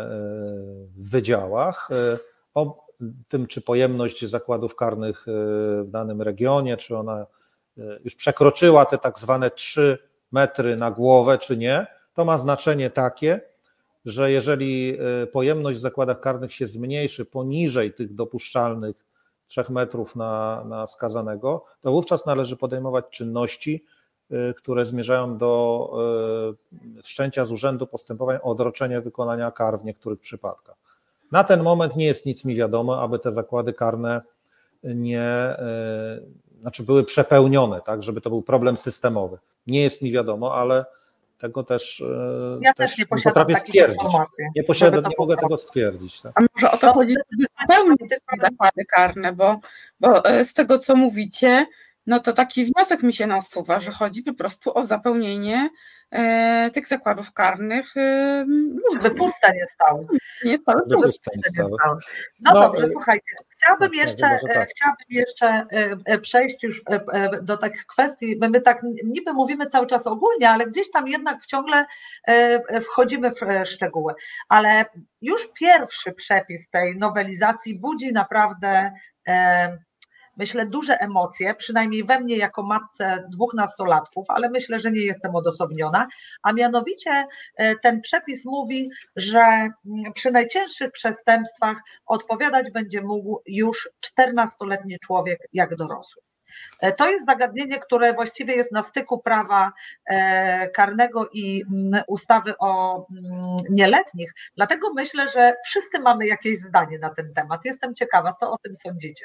S3: w wydziałach o tym, czy pojemność zakładów karnych w danym regionie, czy ona już przekroczyła te tak zwane trzy metry na głowę, czy nie. To ma znaczenie takie, że jeżeli pojemność w zakładach karnych się zmniejszy poniżej tych dopuszczalnych trzech metrów na, na skazanego, to wówczas należy podejmować czynności, które zmierzają do wszczęcia z urzędu postępowań o odroczenie wykonania kar w niektórych przypadkach. Na ten moment nie jest nic mi wiadomo, aby te zakłady karne nie, znaczy były przepełnione, tak, żeby to był problem systemowy. Nie jest mi wiadomo, ale tego też,
S1: ja
S3: też
S1: też nie,
S3: nie potrafię stwierdzić. Nie, posiada, nie mogę tego stwierdzić. Tak.
S2: A może o to chodzi, żeby zapełnić te zakłady karne, bo, bo z tego, co mówicie, no to taki wniosek mi się nasuwa, że chodzi po prostu o zapełnienie e, tych zakładów karnych. E,
S1: żeby puste nie stały.
S2: Nie stały
S3: Żeby
S2: puste.
S3: puste nie stały.
S1: No, no dobrze,
S3: no,
S1: słuchajcie, chciałabym
S3: tak,
S1: jeszcze,
S3: tak, tak.
S1: chciałabym jeszcze przejść już do takich kwestii, my tak niby mówimy cały czas ogólnie, ale gdzieś tam jednak ciągle wchodzimy w szczegóły. Ale już pierwszy przepis tej nowelizacji budzi naprawdę, myślę, duże emocje, przynajmniej we mnie jako matce dwóch nastolatków, ale myślę, że nie jestem odosobniona, a mianowicie ten przepis mówi, że przy najcięższych przestępstwach odpowiadać będzie mógł już czternastoletni człowiek jak dorosły. To jest zagadnienie, które właściwie jest na styku prawa karnego i ustawy o nieletnich. Dlatego myślę, że wszyscy mamy jakieś zdanie na ten temat. Jestem ciekawa, co o tym sądzicie.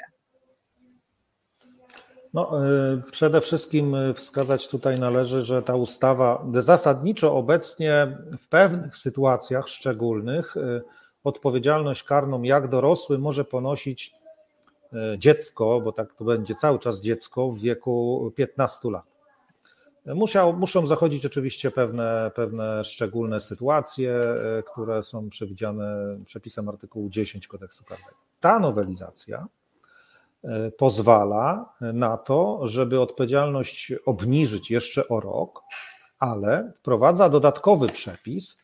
S3: No, przede wszystkim wskazać tutaj należy, że ta ustawa zasadniczo obecnie w pewnych sytuacjach szczególnych odpowiedzialność karną jak dorosły może ponosić dziecko, bo tak to będzie cały czas dziecko w wieku piętnastu lat. Musiał, muszą zachodzić oczywiście pewne, pewne szczególne sytuacje, które są przewidziane przepisem artykułu dziesięć Kodeksu karnego. Ta nowelizacja pozwala na to, żeby odpowiedzialność obniżyć jeszcze o rok, ale wprowadza dodatkowy przepis,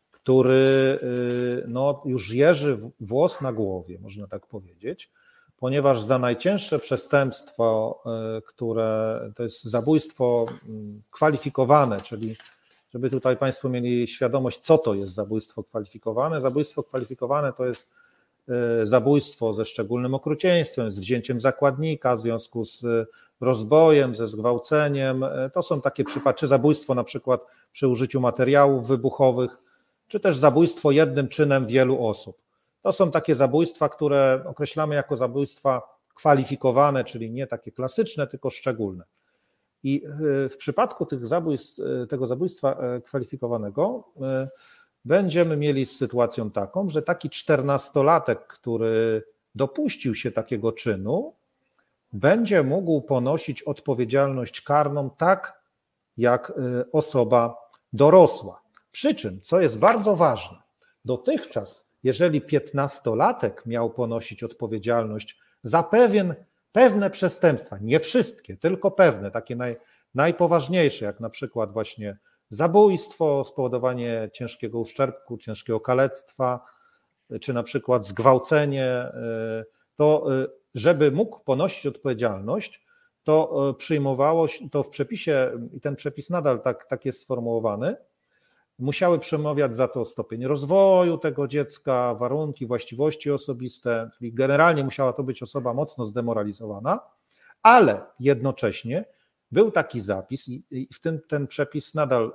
S3: który no, już jeży włos na głowie, można tak powiedzieć, ponieważ za najcięższe przestępstwo, które to jest zabójstwo kwalifikowane, czyli żeby tutaj Państwo mieli świadomość, co to jest zabójstwo kwalifikowane. Zabójstwo kwalifikowane to jest zabójstwo ze szczególnym okrucieństwem, z wzięciem zakładnika w związku z rozbojem, ze zgwałceniem. To są takie przypadki, czy zabójstwo na przykład przy użyciu materiałów wybuchowych, czy też zabójstwo jednym czynem wielu osób. To są takie zabójstwa, które określamy jako zabójstwa kwalifikowane, czyli nie takie klasyczne, tylko szczególne. I w przypadku tych zabójstw, tego zabójstwa kwalifikowanego będziemy mieli sytuację taką, że taki czternastolatek, który dopuścił się takiego czynu, będzie mógł ponosić odpowiedzialność karną tak jak osoba dorosła. Przy czym, co jest bardzo ważne, dotychczas, jeżeli piętnastolatek miał ponosić odpowiedzialność za pewien, pewne przestępstwa, nie wszystkie, tylko pewne, takie naj, najpoważniejsze, jak na przykład właśnie zabójstwo, spowodowanie ciężkiego uszczerbku, ciężkiego kalectwa, czy na przykład zgwałcenie, to żeby mógł ponosić odpowiedzialność, to przyjmowało się, to w przepisie, i ten przepis nadal tak, tak jest sformułowany, musiały przemawiać za to stopień rozwoju tego dziecka, warunki, właściwości osobiste, czyli generalnie musiała to być osoba mocno zdemoralizowana, ale jednocześnie był taki zapis i w tym ten przepis nadal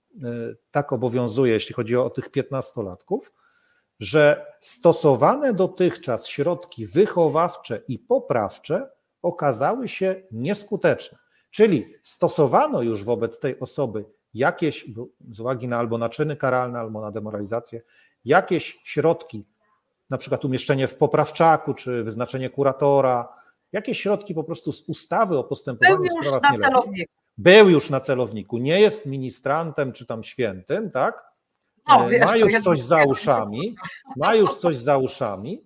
S3: tak obowiązuje, jeśli chodzi o tych piętnastolatków, że stosowane dotychczas środki wychowawcze i poprawcze okazały się nieskuteczne. Czyli stosowano już wobec tej osoby jakieś, z uwagi na albo na czyny karalne, albo na demoralizację, jakieś środki, na przykład umieszczenie w poprawczaku, czy wyznaczenie kuratora, jakieś środki po prostu z ustawy o postępowaniu w sprawach nieletnich. Był już na celowniku, nie jest ministrantem czy tam świętym, tak? No, wiesz, ma już coś za uszami, ma już coś za uszami,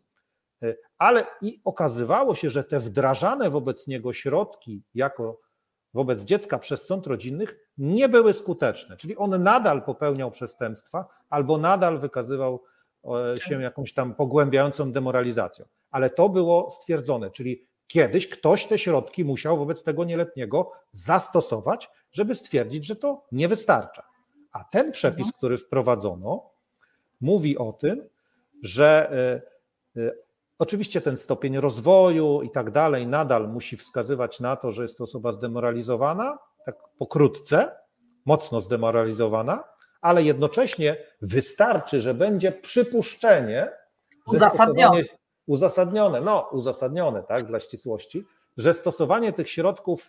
S3: ale i okazywało się, że te wdrażane wobec niego środki jako wobec dziecka przez sąd rodzinnych nie były skuteczne, czyli on nadal popełniał przestępstwa albo nadal wykazywał się jakąś tam pogłębiającą demoralizacją, ale to było stwierdzone, czyli kiedyś ktoś te środki musiał wobec tego nieletniego zastosować, żeby stwierdzić, że to nie wystarcza. A ten przepis, który wprowadzono, mówi o tym, że oczywiście ten stopień rozwoju i tak dalej nadal musi wskazywać na to, że jest to osoba zdemoralizowana, tak pokrótce, mocno zdemoralizowana, ale jednocześnie wystarczy, że będzie przypuszczenie, że
S1: uzasadnione.
S3: uzasadnione, no uzasadnione, tak, dla ścisłości, że stosowanie tych środków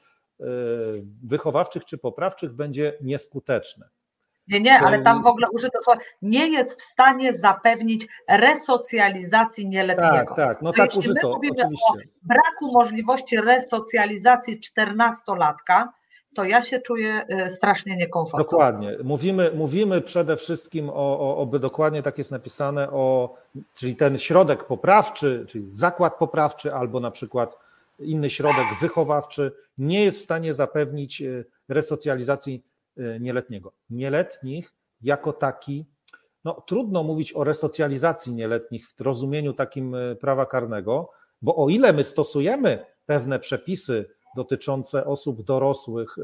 S3: wychowawczych czy poprawczych będzie nieskuteczne.
S1: Nie, nie, ale tam w ogóle użyto słowa, nie jest w stanie zapewnić resocjalizacji nieletniego.
S3: Tak, tak, no
S1: to
S3: tak
S1: jeśli
S3: użyto,
S1: my mówimy
S3: oczywiście.
S1: o braku możliwości resocjalizacji czternastolatka, to ja się czuję strasznie niekomfortowo.
S3: Dokładnie. Mówimy, mówimy przede wszystkim o, o, o, dokładnie tak jest napisane, o, czyli ten środek poprawczy, czyli zakład poprawczy albo na przykład inny środek wychowawczy nie jest w stanie zapewnić resocjalizacji nieletniego. Nieletnich jako taki, no trudno mówić o resocjalizacji nieletnich w rozumieniu takim prawa karnego, bo o ile my stosujemy pewne przepisy dotyczące osób dorosłych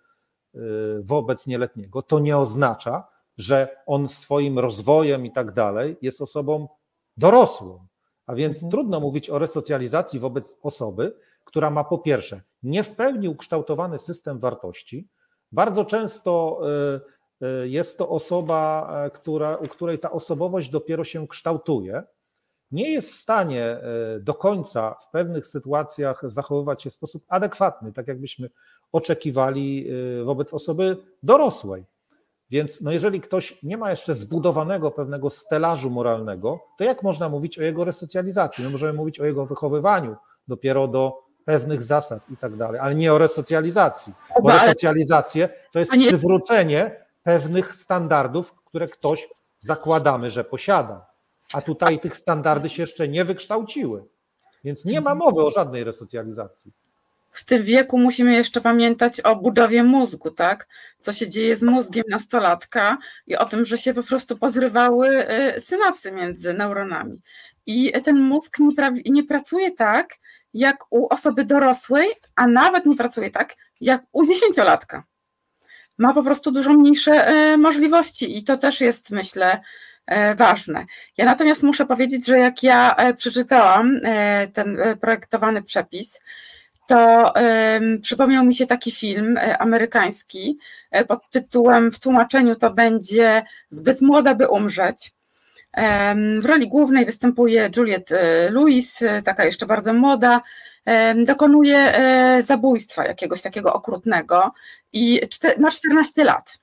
S3: wobec nieletniego, to nie oznacza, że on swoim rozwojem i tak dalej jest osobą dorosłą. A więc trudno mówić o resocjalizacji wobec osoby, która ma po pierwsze nie w pełni ukształtowany system wartości, bardzo często jest to osoba, która, u której ta osobowość dopiero się kształtuje, nie jest w stanie do końca w pewnych sytuacjach zachowywać się w sposób adekwatny, tak jakbyśmy oczekiwali wobec osoby dorosłej. Więc no jeżeli ktoś nie ma jeszcze zbudowanego pewnego stelażu moralnego, to jak można mówić o jego resocjalizacji? My możemy mówić o jego wychowywaniu dopiero do pewnych zasad i tak dalej, ale nie o resocjalizacji, bo resocjalizację to jest przywrócenie pewnych standardów, które ktoś zakładamy, że posiada, a tutaj tych standardy się jeszcze nie wykształciły, więc nie ma mowy o żadnej resocjalizacji.
S2: W tym wieku musimy jeszcze pamiętać o budowie mózgu, tak? Co się dzieje z mózgiem nastolatka i o tym, że się po prostu pozrywały synapsy między neuronami. I ten mózg nie, pra- nie pracuje tak, jak u osoby dorosłej, a nawet nie pracuje tak, jak u dziesięciolatka. Ma po prostu dużo mniejsze możliwości i to też jest, myślę, ważne. Ja natomiast muszę powiedzieć, że jak ja przeczytałam ten projektowany przepis, to um, przypomniał mi się taki film amerykański pod tytułem, w tłumaczeniu to będzie Zbyt młoda, by umrzeć. Um, w roli głównej występuje Juliette Lewis, taka jeszcze bardzo młoda, um, dokonuje um, zabójstwa jakiegoś takiego okrutnego i czter- ma czternaście lat.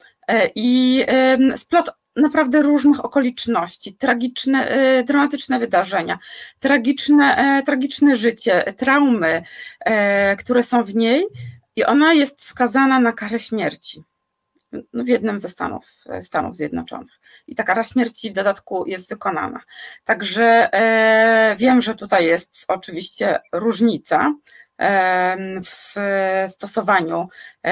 S2: I um, splot naprawdę różnych okoliczności, tragiczne, dramatyczne wydarzenia, tragiczne, tragiczne życie, traumy, które są w niej i ona jest skazana na karę śmierci w jednym ze Stanów, Stanów Zjednoczonych. I ta kara śmierci w dodatku jest wykonana. Także wiem, że tutaj jest oczywiście różnica w stosowaniu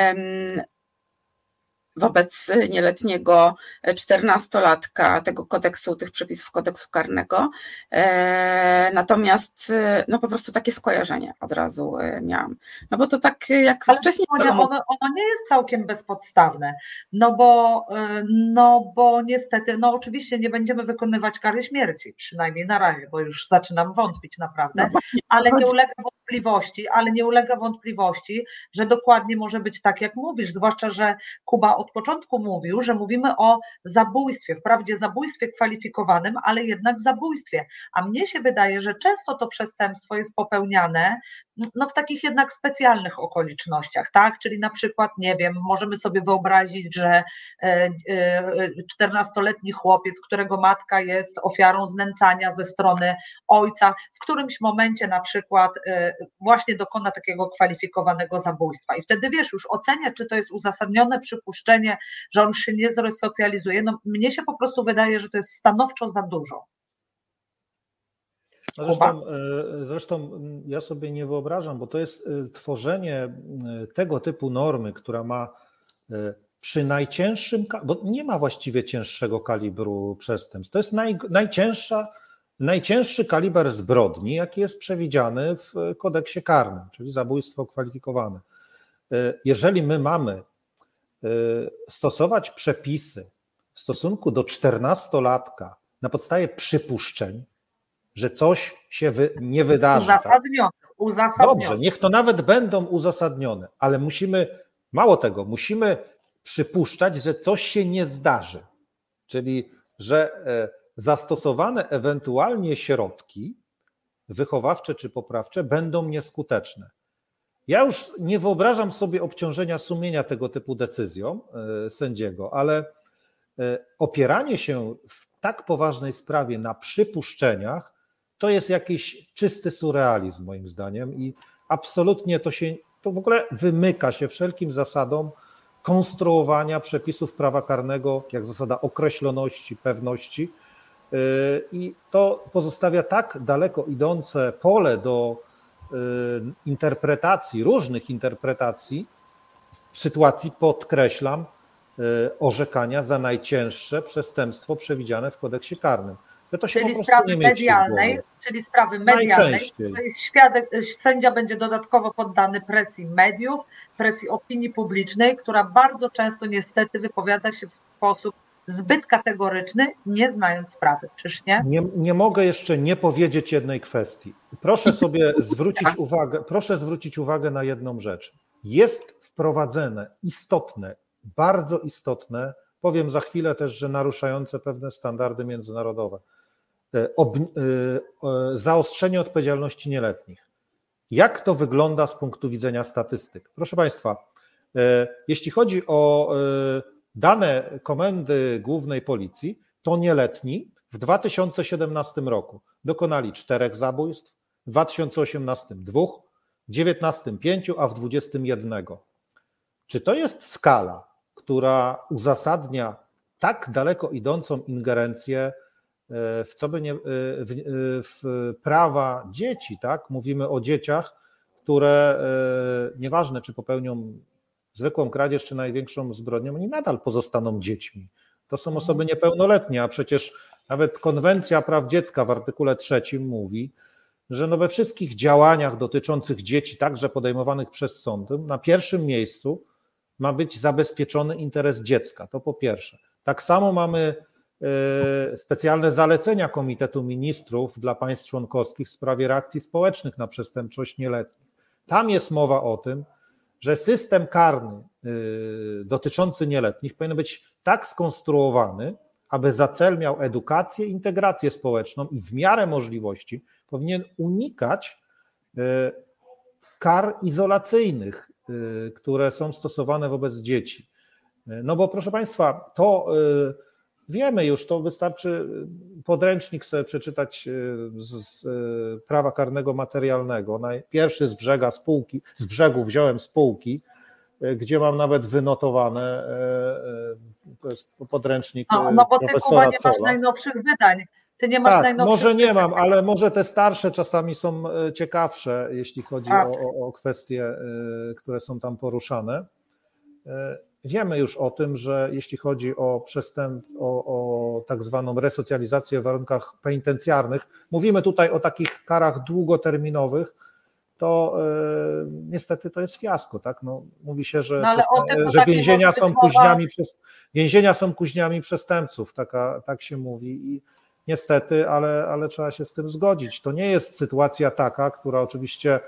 S2: wobec nieletniego czternastolatka tego kodeksu, tych przepisów kodeksu karnego. Natomiast no po prostu takie skojarzenie od razu miałam. No bo to tak jak
S1: Ale
S2: wcześniej...
S1: Ono, ono, ono nie jest całkiem bezpodstawne, no bo, no bo niestety, no oczywiście nie będziemy wykonywać kary śmierci, przynajmniej na razie, bo już zaczynam wątpić naprawdę, no ale nie ulega wątpliwości, ale nie ulega wątpliwości, że dokładnie może być tak, jak mówisz, zwłaszcza, że Kuba od początku mówił, że mówimy o zabójstwie, wprawdzie zabójstwie kwalifikowanym, ale jednak zabójstwie, a mnie się wydaje, że często to przestępstwo jest popełniane no w takich jednak specjalnych okolicznościach, tak, czyli na przykład, nie wiem, możemy sobie wyobrazić, że czternastoletni chłopiec, którego matka jest ofiarą znęcania ze strony ojca, w którymś momencie na przykład właśnie dokona takiego kwalifikowanego zabójstwa i wtedy wiesz, już ocenia, czy to jest uzasadnione przypuszczenie, że on już się nie zresocjalizuje, no mnie się po prostu wydaje, że to jest stanowczo za dużo.
S3: Zresztą, zresztą ja sobie nie wyobrażam, bo to jest tworzenie tego typu normy, która ma przy najcięższym, bo nie ma właściwie cięższego kalibru przestępstw. To jest naj, najcięższa, najcięższy kaliber zbrodni, jaki jest przewidziany w kodeksie karnym, czyli zabójstwo kwalifikowane. Jeżeli my mamy stosować przepisy w stosunku do czternastolatka na podstawie przypuszczeń, że coś się wy, nie wydarzy.
S1: Uzasadnione, uzasadnione.
S3: Dobrze, niech to nawet będą uzasadnione, ale musimy, mało tego, musimy przypuszczać, że coś się nie zdarzy. Czyli, że zastosowane ewentualnie środki wychowawcze czy poprawcze będą nieskuteczne. Ja już nie wyobrażam sobie obciążenia sumienia tego typu decyzją sędziego, ale opieranie się w tak poważnej sprawie na przypuszczeniach to jest jakiś czysty surrealizm moim zdaniem i absolutnie to się, to w ogóle wymyka się wszelkim zasadom konstruowania przepisów prawa karnego, jak zasada określoności, pewności i to pozostawia tak daleko idące pole do interpretacji, różnych interpretacji w sytuacji, podkreślam, orzekania za najcięższe przestępstwo przewidziane w kodeksie karnym. To się
S1: czyli sprawy medialnej, czyli sprawy medialnej, świadek, sędzia będzie dodatkowo poddany presji mediów, presji opinii publicznej, która bardzo często niestety wypowiada się w sposób zbyt kategoryczny, nie znając sprawy, czyż nie?
S3: Nie, nie mogę jeszcze nie powiedzieć jednej kwestii. Proszę sobie zwrócić uwagę, proszę zwrócić uwagę na jedną rzecz. Jest wprowadzone istotne, bardzo istotne, powiem za chwilę też, że naruszające pewne standardy międzynarodowe, ob, zaostrzenie odpowiedzialności nieletnich. Jak to wygląda z punktu widzenia statystyk? Proszę Państwa, jeśli chodzi o dane Komendy Głównej Policji, to nieletni w dwa tysiące siedemnastym roku dokonali czterech zabójstw, w dwa tysiące osiemnastym dwóch, w dwa tysiące dziewiętnastym pięciu, a w dwudziestym jednego. Czy to jest skala, która uzasadnia tak daleko idącą ingerencję w co by nie, w, w prawa dzieci, tak? Mówimy o dzieciach, które nieważne, czy popełnią zwykłą kradzież, czy największą zbrodnią, oni nadal pozostaną dziećmi. To są osoby niepełnoletnie, a przecież nawet Konwencja Praw Dziecka w artykule trzecim mówi, że no we wszystkich działaniach dotyczących dzieci, także podejmowanych przez sądy, na pierwszym miejscu ma być zabezpieczony interes dziecka. To po pierwsze. Tak samo mamy specjalne zalecenia Komitetu Ministrów dla państw członkowskich w sprawie reakcji społecznych na przestępczość nieletnich. Tam jest mowa o tym, że system karny dotyczący nieletnich powinien być tak skonstruowany, aby za cel miał edukację, integrację społeczną i w miarę możliwości powinien unikać kar izolacyjnych, które są stosowane wobec dzieci. No bo proszę Państwa, to wiemy już, to wystarczy podręcznik sobie przeczytać z prawa karnego materialnego. Pierwszy z brzega spółki, z brzegu wziąłem spółki, gdzie mam nawet wynotowane, to jest podręcznik
S1: no, no bo ty,
S3: profesora
S1: Kuba, nie masz
S3: Cola.
S1: najnowszych wydań. Ty nie masz
S3: tak,
S1: najnowszych
S3: może nie
S1: wydań.
S3: mam, ale może te starsze czasami są ciekawsze, jeśli chodzi o, o, o kwestie, które są tam poruszane. Wiemy już o tym, że jeśli chodzi o przestęp, o, o tak zwaną resocjalizację w warunkach penitencjarnych, mówimy tutaj o takich karach długoterminowych, to e, niestety to jest fiasko, tak? No, mówi się, że,
S1: no,
S3: przestę- że więzienia są kuźniami, przez, więzienia są kuźniami przestępców, taka, tak się mówi i niestety, ale, ale trzeba się z tym zgodzić. To nie jest sytuacja taka, która oczywiście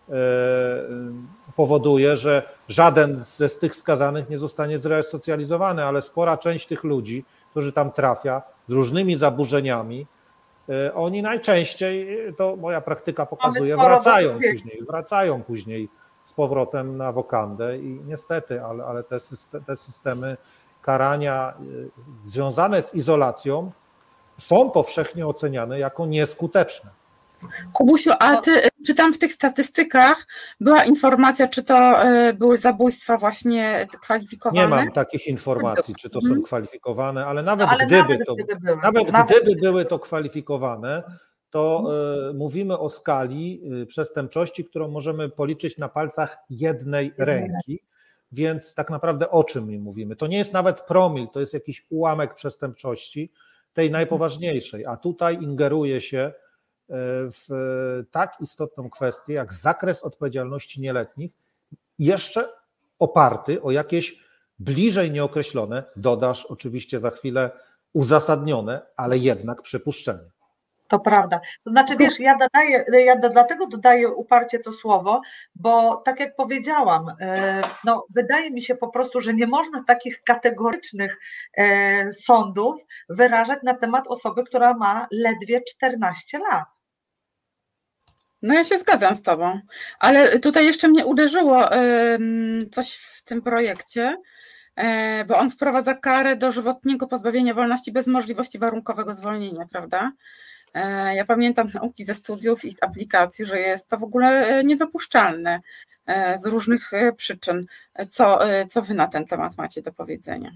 S3: powoduje, że żaden ze z tych skazanych nie zostanie zresocjalizowany, ale spora część tych ludzi, którzy tam trafia z różnymi zaburzeniami, oni najczęściej, to moja praktyka pokazuje, wracają później, wracają później z powrotem na wokandę i niestety, ale, ale te, systemy, te systemy karania związane z izolacją są powszechnie oceniane jako nieskuteczne.
S2: Kubusiu, a ty, czy tam w tych statystykach była informacja, czy to były zabójstwa właśnie kwalifikowane?
S3: Nie mam takich informacji, czy to są kwalifikowane, ale nawet
S1: no, ale
S3: gdyby
S1: nawet
S3: to
S1: gdyby były,
S3: nawet
S1: nawet
S3: gdyby były to kwalifikowane, to y, mówimy o skali y, przestępczości, którą możemy policzyć na palcach jednej ręki, więc tak naprawdę o czym my mówimy? To nie jest nawet promil, to jest jakiś ułamek przestępczości, tej najpoważniejszej, a tutaj ingeruje się w tak istotną kwestię jak zakres odpowiedzialności nieletnich, jeszcze oparty o jakieś bliżej nieokreślone, dodasz oczywiście za chwilę uzasadnione, ale jednak przypuszczenie.
S1: To prawda. To znaczy, wiesz, ja dodaję, ja do, dlatego dodaję uparcie to słowo, bo tak jak powiedziałam, no, wydaje mi się po prostu, że nie można takich kategorycznych sądów wyrażać na temat osoby, która ma ledwie czternaście lat.
S2: No ja się zgadzam z tobą, ale tutaj jeszcze mnie uderzyło coś w tym projekcie, bo on wprowadza karę dożywotniego pozbawienia wolności bez możliwości warunkowego zwolnienia, prawda? Ja pamiętam nauki ze studiów i z aplikacji, że jest to w ogóle niedopuszczalne z różnych przyczyn. Co, co wy na ten temat macie do powiedzenia?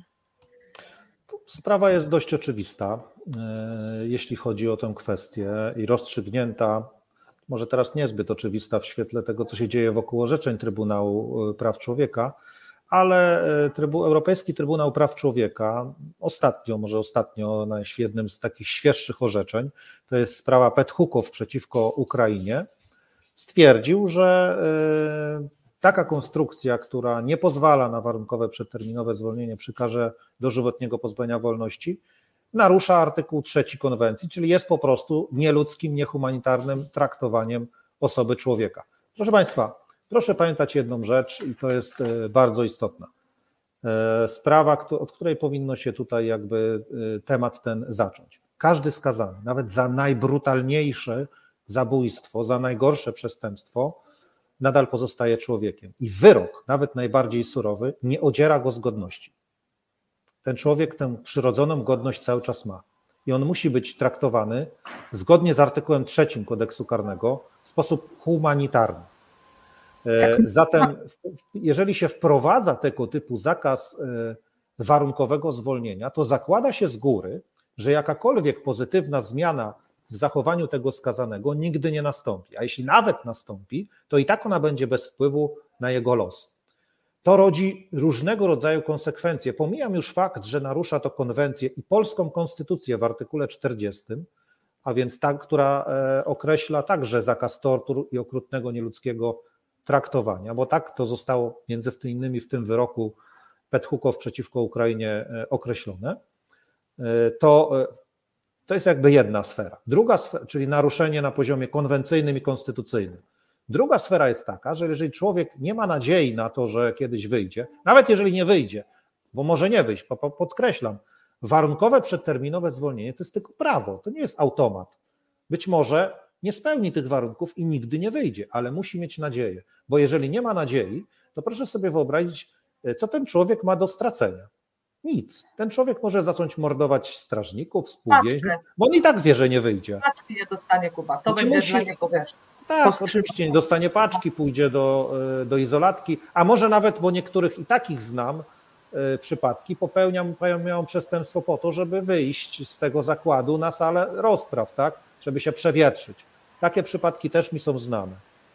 S3: Sprawa jest dość oczywista, jeśli chodzi o tę kwestię i rozstrzygnięta, może teraz niezbyt oczywista w świetle tego, co się dzieje wokół orzeczeń Trybunału Praw Człowieka, ale Europejski Trybunał Praw Człowieka ostatnio, może ostatnio na jednym z takich świeższych orzeczeń, to jest sprawa Pethukow przeciwko Ukrainie, stwierdził, że taka konstrukcja, która nie pozwala na warunkowe przedterminowe zwolnienie przy karze dożywotniego pozbawienia wolności, narusza artykuł trzeci konwencji, czyli jest po prostu nieludzkim, niehumanitarnym traktowaniem osoby człowieka. Proszę Państwa, proszę pamiętać jedną rzecz i to jest bardzo istotna. Sprawa, od której powinno się tutaj jakby temat ten zacząć. Każdy skazany, nawet za najbrutalniejsze zabójstwo, za najgorsze przestępstwo, nadal pozostaje człowiekiem. I wyrok, nawet najbardziej surowy, nie odziera go z godności. Ten człowiek tę przyrodzoną godność cały czas ma. I on musi być traktowany zgodnie z artykułem trzecim kodeksu karnego w sposób humanitarny. Zatem jeżeli się wprowadza tego typu zakaz warunkowego zwolnienia, to zakłada się z góry, że jakakolwiek pozytywna zmiana w zachowaniu tego skazanego nigdy nie nastąpi. A jeśli nawet nastąpi, to i tak ona będzie bez wpływu na jego los. To rodzi różnego rodzaju konsekwencje. Pomijam już fakt, że narusza to konwencję i polską konstytucję w artykule czterdziestym, a więc ta, która określa także zakaz tortur i okrutnego, nieludzkiego traktowania, bo tak to zostało między innymi w tym wyroku Petchukow przeciwko Ukrainie określone, to, to jest jakby jedna sfera. Druga sfera, czyli naruszenie na poziomie konwencyjnym i konstytucyjnym. Druga sfera jest taka, że jeżeli człowiek nie ma nadziei na to, że kiedyś wyjdzie, nawet jeżeli nie wyjdzie, bo może nie wyjść, podkreślam, warunkowe przedterminowe zwolnienie to jest tylko prawo, to nie jest automat. Być może nie spełni tych warunków i nigdy nie wyjdzie, ale musi mieć nadzieję, bo jeżeli nie ma nadziei, to proszę sobie wyobrazić, co ten człowiek ma do stracenia. Nic. Ten człowiek może zacząć mordować strażników, współwięźniów, bo on i tak wie, że nie wyjdzie.
S1: Paczki nie dostanie, Kuba, to będzie
S3: musi...
S1: dla niego, wiesz.
S3: Tak, oczywiście nie dostanie paczki, pójdzie do, do izolatki, a może nawet, bo niektórych i takich znam, przypadki, popełniam, popełniają przestępstwo po to, żeby wyjść z tego zakładu na salę rozpraw, tak? Żeby się przewietrzyć. Takie przypadki też mi są znane.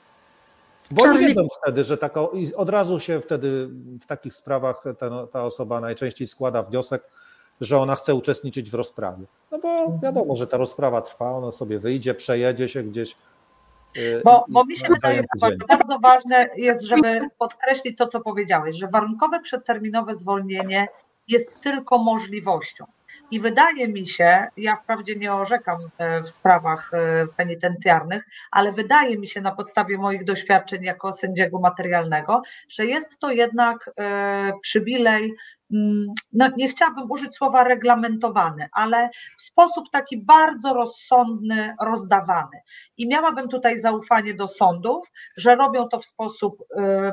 S3: Bo oni wiedzą wtedy, że taka, i od razu się wtedy w takich sprawach ta, ta osoba najczęściej składa wniosek, że ona chce uczestniczyć w rozprawie. No bo wiadomo, że ta rozprawa trwa, ona sobie wyjdzie, przejedzie się gdzieś.
S1: Bo, bo mi się wydaje, że bardzo ważne jest, żeby podkreślić to, co powiedziałeś, że warunkowe przedterminowe zwolnienie jest tylko możliwością. I wydaje mi się, ja wprawdzie nie orzekam w sprawach penitencjarnych, ale wydaje mi się na podstawie moich doświadczeń jako sędziego materialnego, że jest to jednak przywilej, no nie chciałabym użyć słowa reglamentowany, ale w sposób taki bardzo rozsądny rozdawany. I miałabym tutaj zaufanie do sądów, że robią to w sposób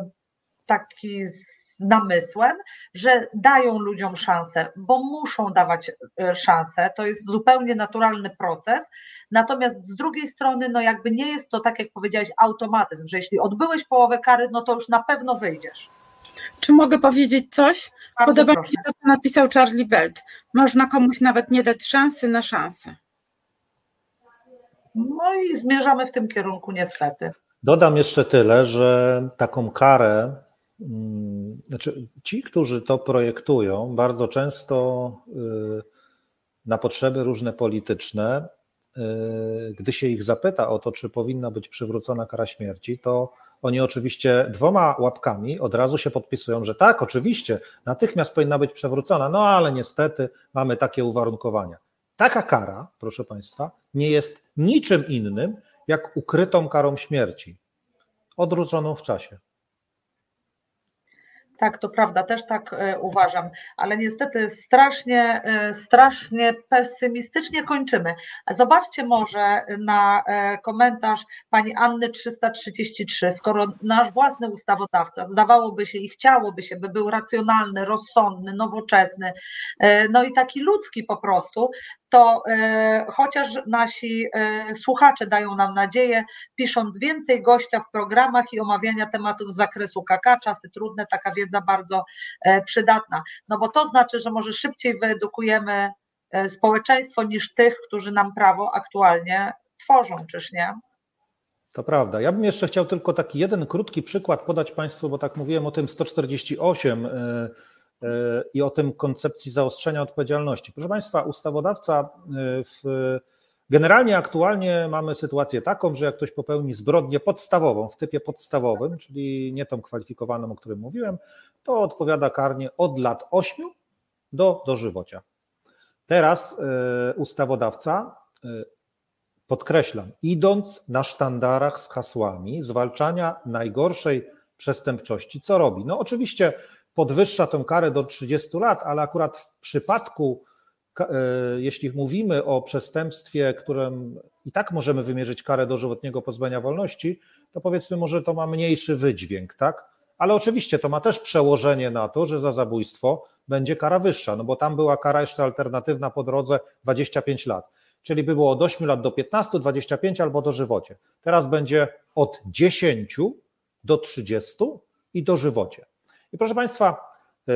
S1: taki z namysłem, że dają ludziom szansę, bo muszą dawać szansę, to jest zupełnie naturalny proces, natomiast z drugiej strony, no jakby nie jest to, tak jak powiedziałeś, automatyzm, że jeśli odbyłeś połowę kary, no to już na pewno wyjdziesz.
S2: Czy mogę powiedzieć coś?
S1: Bardzo
S2: Podoba
S1: proszę.
S2: mi się to, co napisał Charlie Belt. Można komuś nawet nie dać szansy na szansę.
S1: No i zmierzamy w tym kierunku niestety.
S3: Dodam jeszcze tyle, że taką karę, znaczy ci, którzy to projektują, bardzo często na potrzeby różne polityczne, gdy się ich zapyta o to, czy powinna być przywrócona kara śmierci, to oni oczywiście dwoma łapkami od razu się podpisują, że tak, oczywiście, natychmiast powinna być przywrócona, no ale niestety mamy takie uwarunkowania. Taka kara, proszę Państwa, nie jest niczym innym, jak ukrytą karą śmierci, odroczoną w czasie.
S1: Tak, to prawda, też tak uważam, ale niestety strasznie, strasznie pesymistycznie kończymy. Zobaczcie może na komentarz pani Anny trzysta trzydzieści trzy, skoro nasz własny ustawodawca, zdawałoby się i chciałoby się, by był racjonalny, rozsądny, nowoczesny, no i taki ludzki po prostu, to chociaż nasi słuchacze dają nam nadzieję, pisząc więcej gościa w programach i omawiania tematów z zakresu K K, czasy trudne, taka wiedza bardzo przydatna, no bo to znaczy, że może szybciej wyedukujemy społeczeństwo niż tych, którzy nam prawo aktualnie tworzą, czyż nie?
S3: To prawda. Ja bym jeszcze chciał tylko taki jeden krótki przykład podać Państwu, bo tak mówiłem o tym sto czterdzieści osiem i o tym koncepcji zaostrzenia odpowiedzialności. Proszę Państwa, ustawodawca w Generalnie aktualnie mamy sytuację taką, że jak ktoś popełni zbrodnię podstawową w typie podstawowym, czyli nie tą kwalifikowaną, o którym mówiłem, to odpowiada karnie od lat ośmiu do dożywocia. Teraz y, ustawodawca, y, podkreślam, idąc na sztandarach z hasłami zwalczania najgorszej przestępczości, co robi? No oczywiście podwyższa tę karę do trzydziestu lat, ale akurat w przypadku, jeśli mówimy o przestępstwie, którym i tak możemy wymierzyć karę dożywotniego pozbawienia wolności, to powiedzmy może to ma mniejszy wydźwięk, tak? Ale oczywiście to ma też przełożenie na to, że za zabójstwo będzie kara wyższa, no bo tam była kara jeszcze alternatywna po drodze dwadzieścia pięć lat, czyli by było od ośmiu lat do piętnastu, dwadzieścia pięć albo dożywocie. Teraz będzie od dziesięciu do trzydziestu i dożywocie. I proszę Państwa,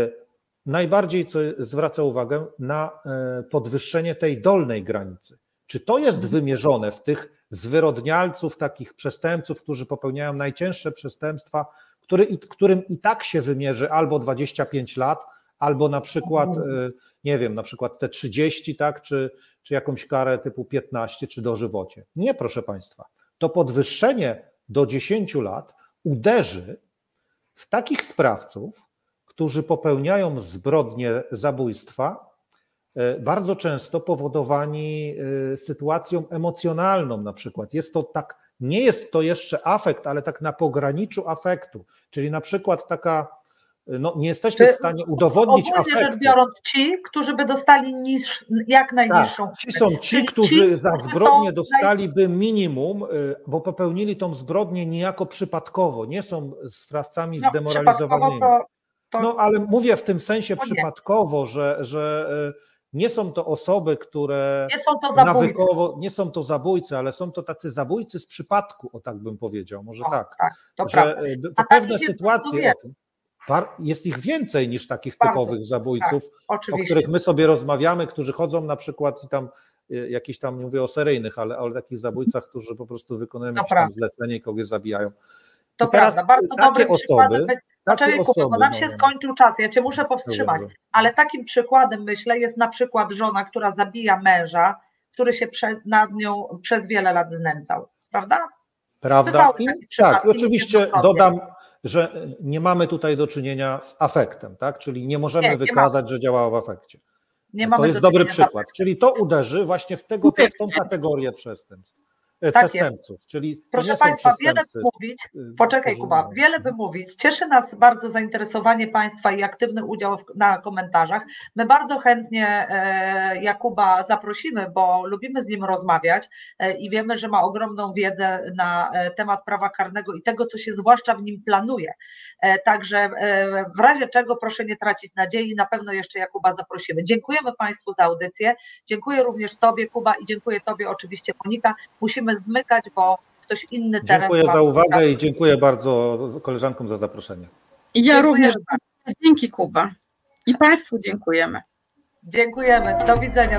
S3: najbardziej co zwraca uwagę na podwyższenie tej dolnej granicy. Czy to jest wymierzone w tych zwyrodnialców, takich przestępców, którzy popełniają najcięższe przestępstwa, który, którym i tak się wymierzy albo dwadzieścia pięć lat, albo na przykład, nie wiem, na przykład te trzydzieści, tak, czy, czy jakąś karę typu piętnaście, czy dożywocie. Nie, proszę Państwa, to podwyższenie do dziesięciu lat uderzy w takich sprawców, którzy popełniają zbrodnie zabójstwa, bardzo często powodowani sytuacją emocjonalną na przykład. Jest to tak, nie jest to jeszcze afekt, ale tak na pograniczu afektu, czyli na przykład taka, no nie jesteśmy
S1: Czy
S3: w stanie udowodnić
S1: ogólnie
S3: afektu.
S1: rzecz biorąc ci, którzy by dostali niż, jak najniższą.
S3: Tak, ci są ci,
S1: Czyli
S3: którzy
S1: ci,
S3: za
S1: którzy
S3: zbrodnię
S1: są
S3: dostaliby minimum, bo popełnili tą zbrodnię niejako przypadkowo, nie są sprawcami
S1: No,
S3: zdemoralizowanymi.
S1: to, to...
S3: No ale mówię w tym sensie
S1: To nie.
S3: przypadkowo, że, że nie są to osoby, które
S1: Nie są to zabójcy.
S3: nawykowo, nie są to zabójcy, ale są to tacy zabójcy z przypadku, o tak bym powiedział, może
S1: O,
S3: tak,
S1: tak, to
S3: że
S1: prawda.
S3: to
S1: A
S3: pewne
S1: takich jest
S3: sytuacje,
S1: bardzo
S3: o tym, jest ich więcej niż takich
S1: Bardzo,
S3: typowych zabójców,
S1: tak,
S3: o
S1: oczywiście.
S3: których my sobie rozmawiamy, którzy chodzą na przykład i tam jakiś tam, nie mówię o seryjnych, ale o takich zabójcach, którzy po prostu wykonują
S1: To
S3: jakieś
S1: prawda.
S3: tam zlecenie i kogoś zabijają.
S1: To
S3: I teraz
S1: prawda, bardzo
S3: takie
S1: dobrym przykładem.
S3: osoby,
S1: Znaczy,
S3: takie
S1: Kuba, bo
S3: osoby,
S1: nam
S3: no,
S1: się
S3: no.
S1: skończył czas, ja cię muszę powstrzymać,
S3: Dobrze.
S1: ale takim przykładem, myślę, jest na przykład żona, która zabija męża, który się prze, nad nią przez wiele lat znęcał, prawda?
S3: Prawda?
S1: Bywały
S3: I,
S1: takie
S3: tak,
S1: przypadki,
S3: i oczywiście
S1: niejednokrotnie.
S3: dodam, że nie mamy tutaj do czynienia z afektem, tak? Czyli nie możemy
S1: Nie, nie
S3: wykazać, że działała w afekcie.
S1: Nie
S3: To
S1: mamy
S3: jest
S1: do
S3: dobry
S1: czynienia z
S3: przykład. Czyli to uderzy właśnie w, tego, w tą kategorię przestępstw. e,
S1: Tak jest.
S3: przestępców. Czyli to
S1: Proszę
S3: nie są
S1: Państwa, wiele
S3: przestępcy,
S1: by mówić,
S3: y,
S1: poczekaj
S3: którzy
S1: Kuba,
S3: mają.
S1: wiele by mówić. Cieszy nas bardzo zainteresowanie Państwa i aktywny udział w, na komentarzach. My bardzo chętnie e, Jakuba zaprosimy, bo lubimy z nim rozmawiać e, i wiemy, że ma ogromną wiedzę na e, temat prawa karnego i tego, co się zwłaszcza w nim planuje. E, także e, w razie czego proszę nie tracić nadziei, na pewno jeszcze Jakuba zaprosimy. Dziękujemy Państwu za audycję, dziękuję również Tobie Kuba i dziękuję Tobie oczywiście Monika. Musimy zmykać, bo ktoś inny teren.
S3: Dziękuję za uwagę i dziękuję bardzo koleżankom za zaproszenie.
S2: I ja
S1: Dziękujemy
S2: również.
S1: bardzo.
S2: Dzięki Kuba. I Państwu dziękujemy.
S1: Dziękujemy. Do widzenia.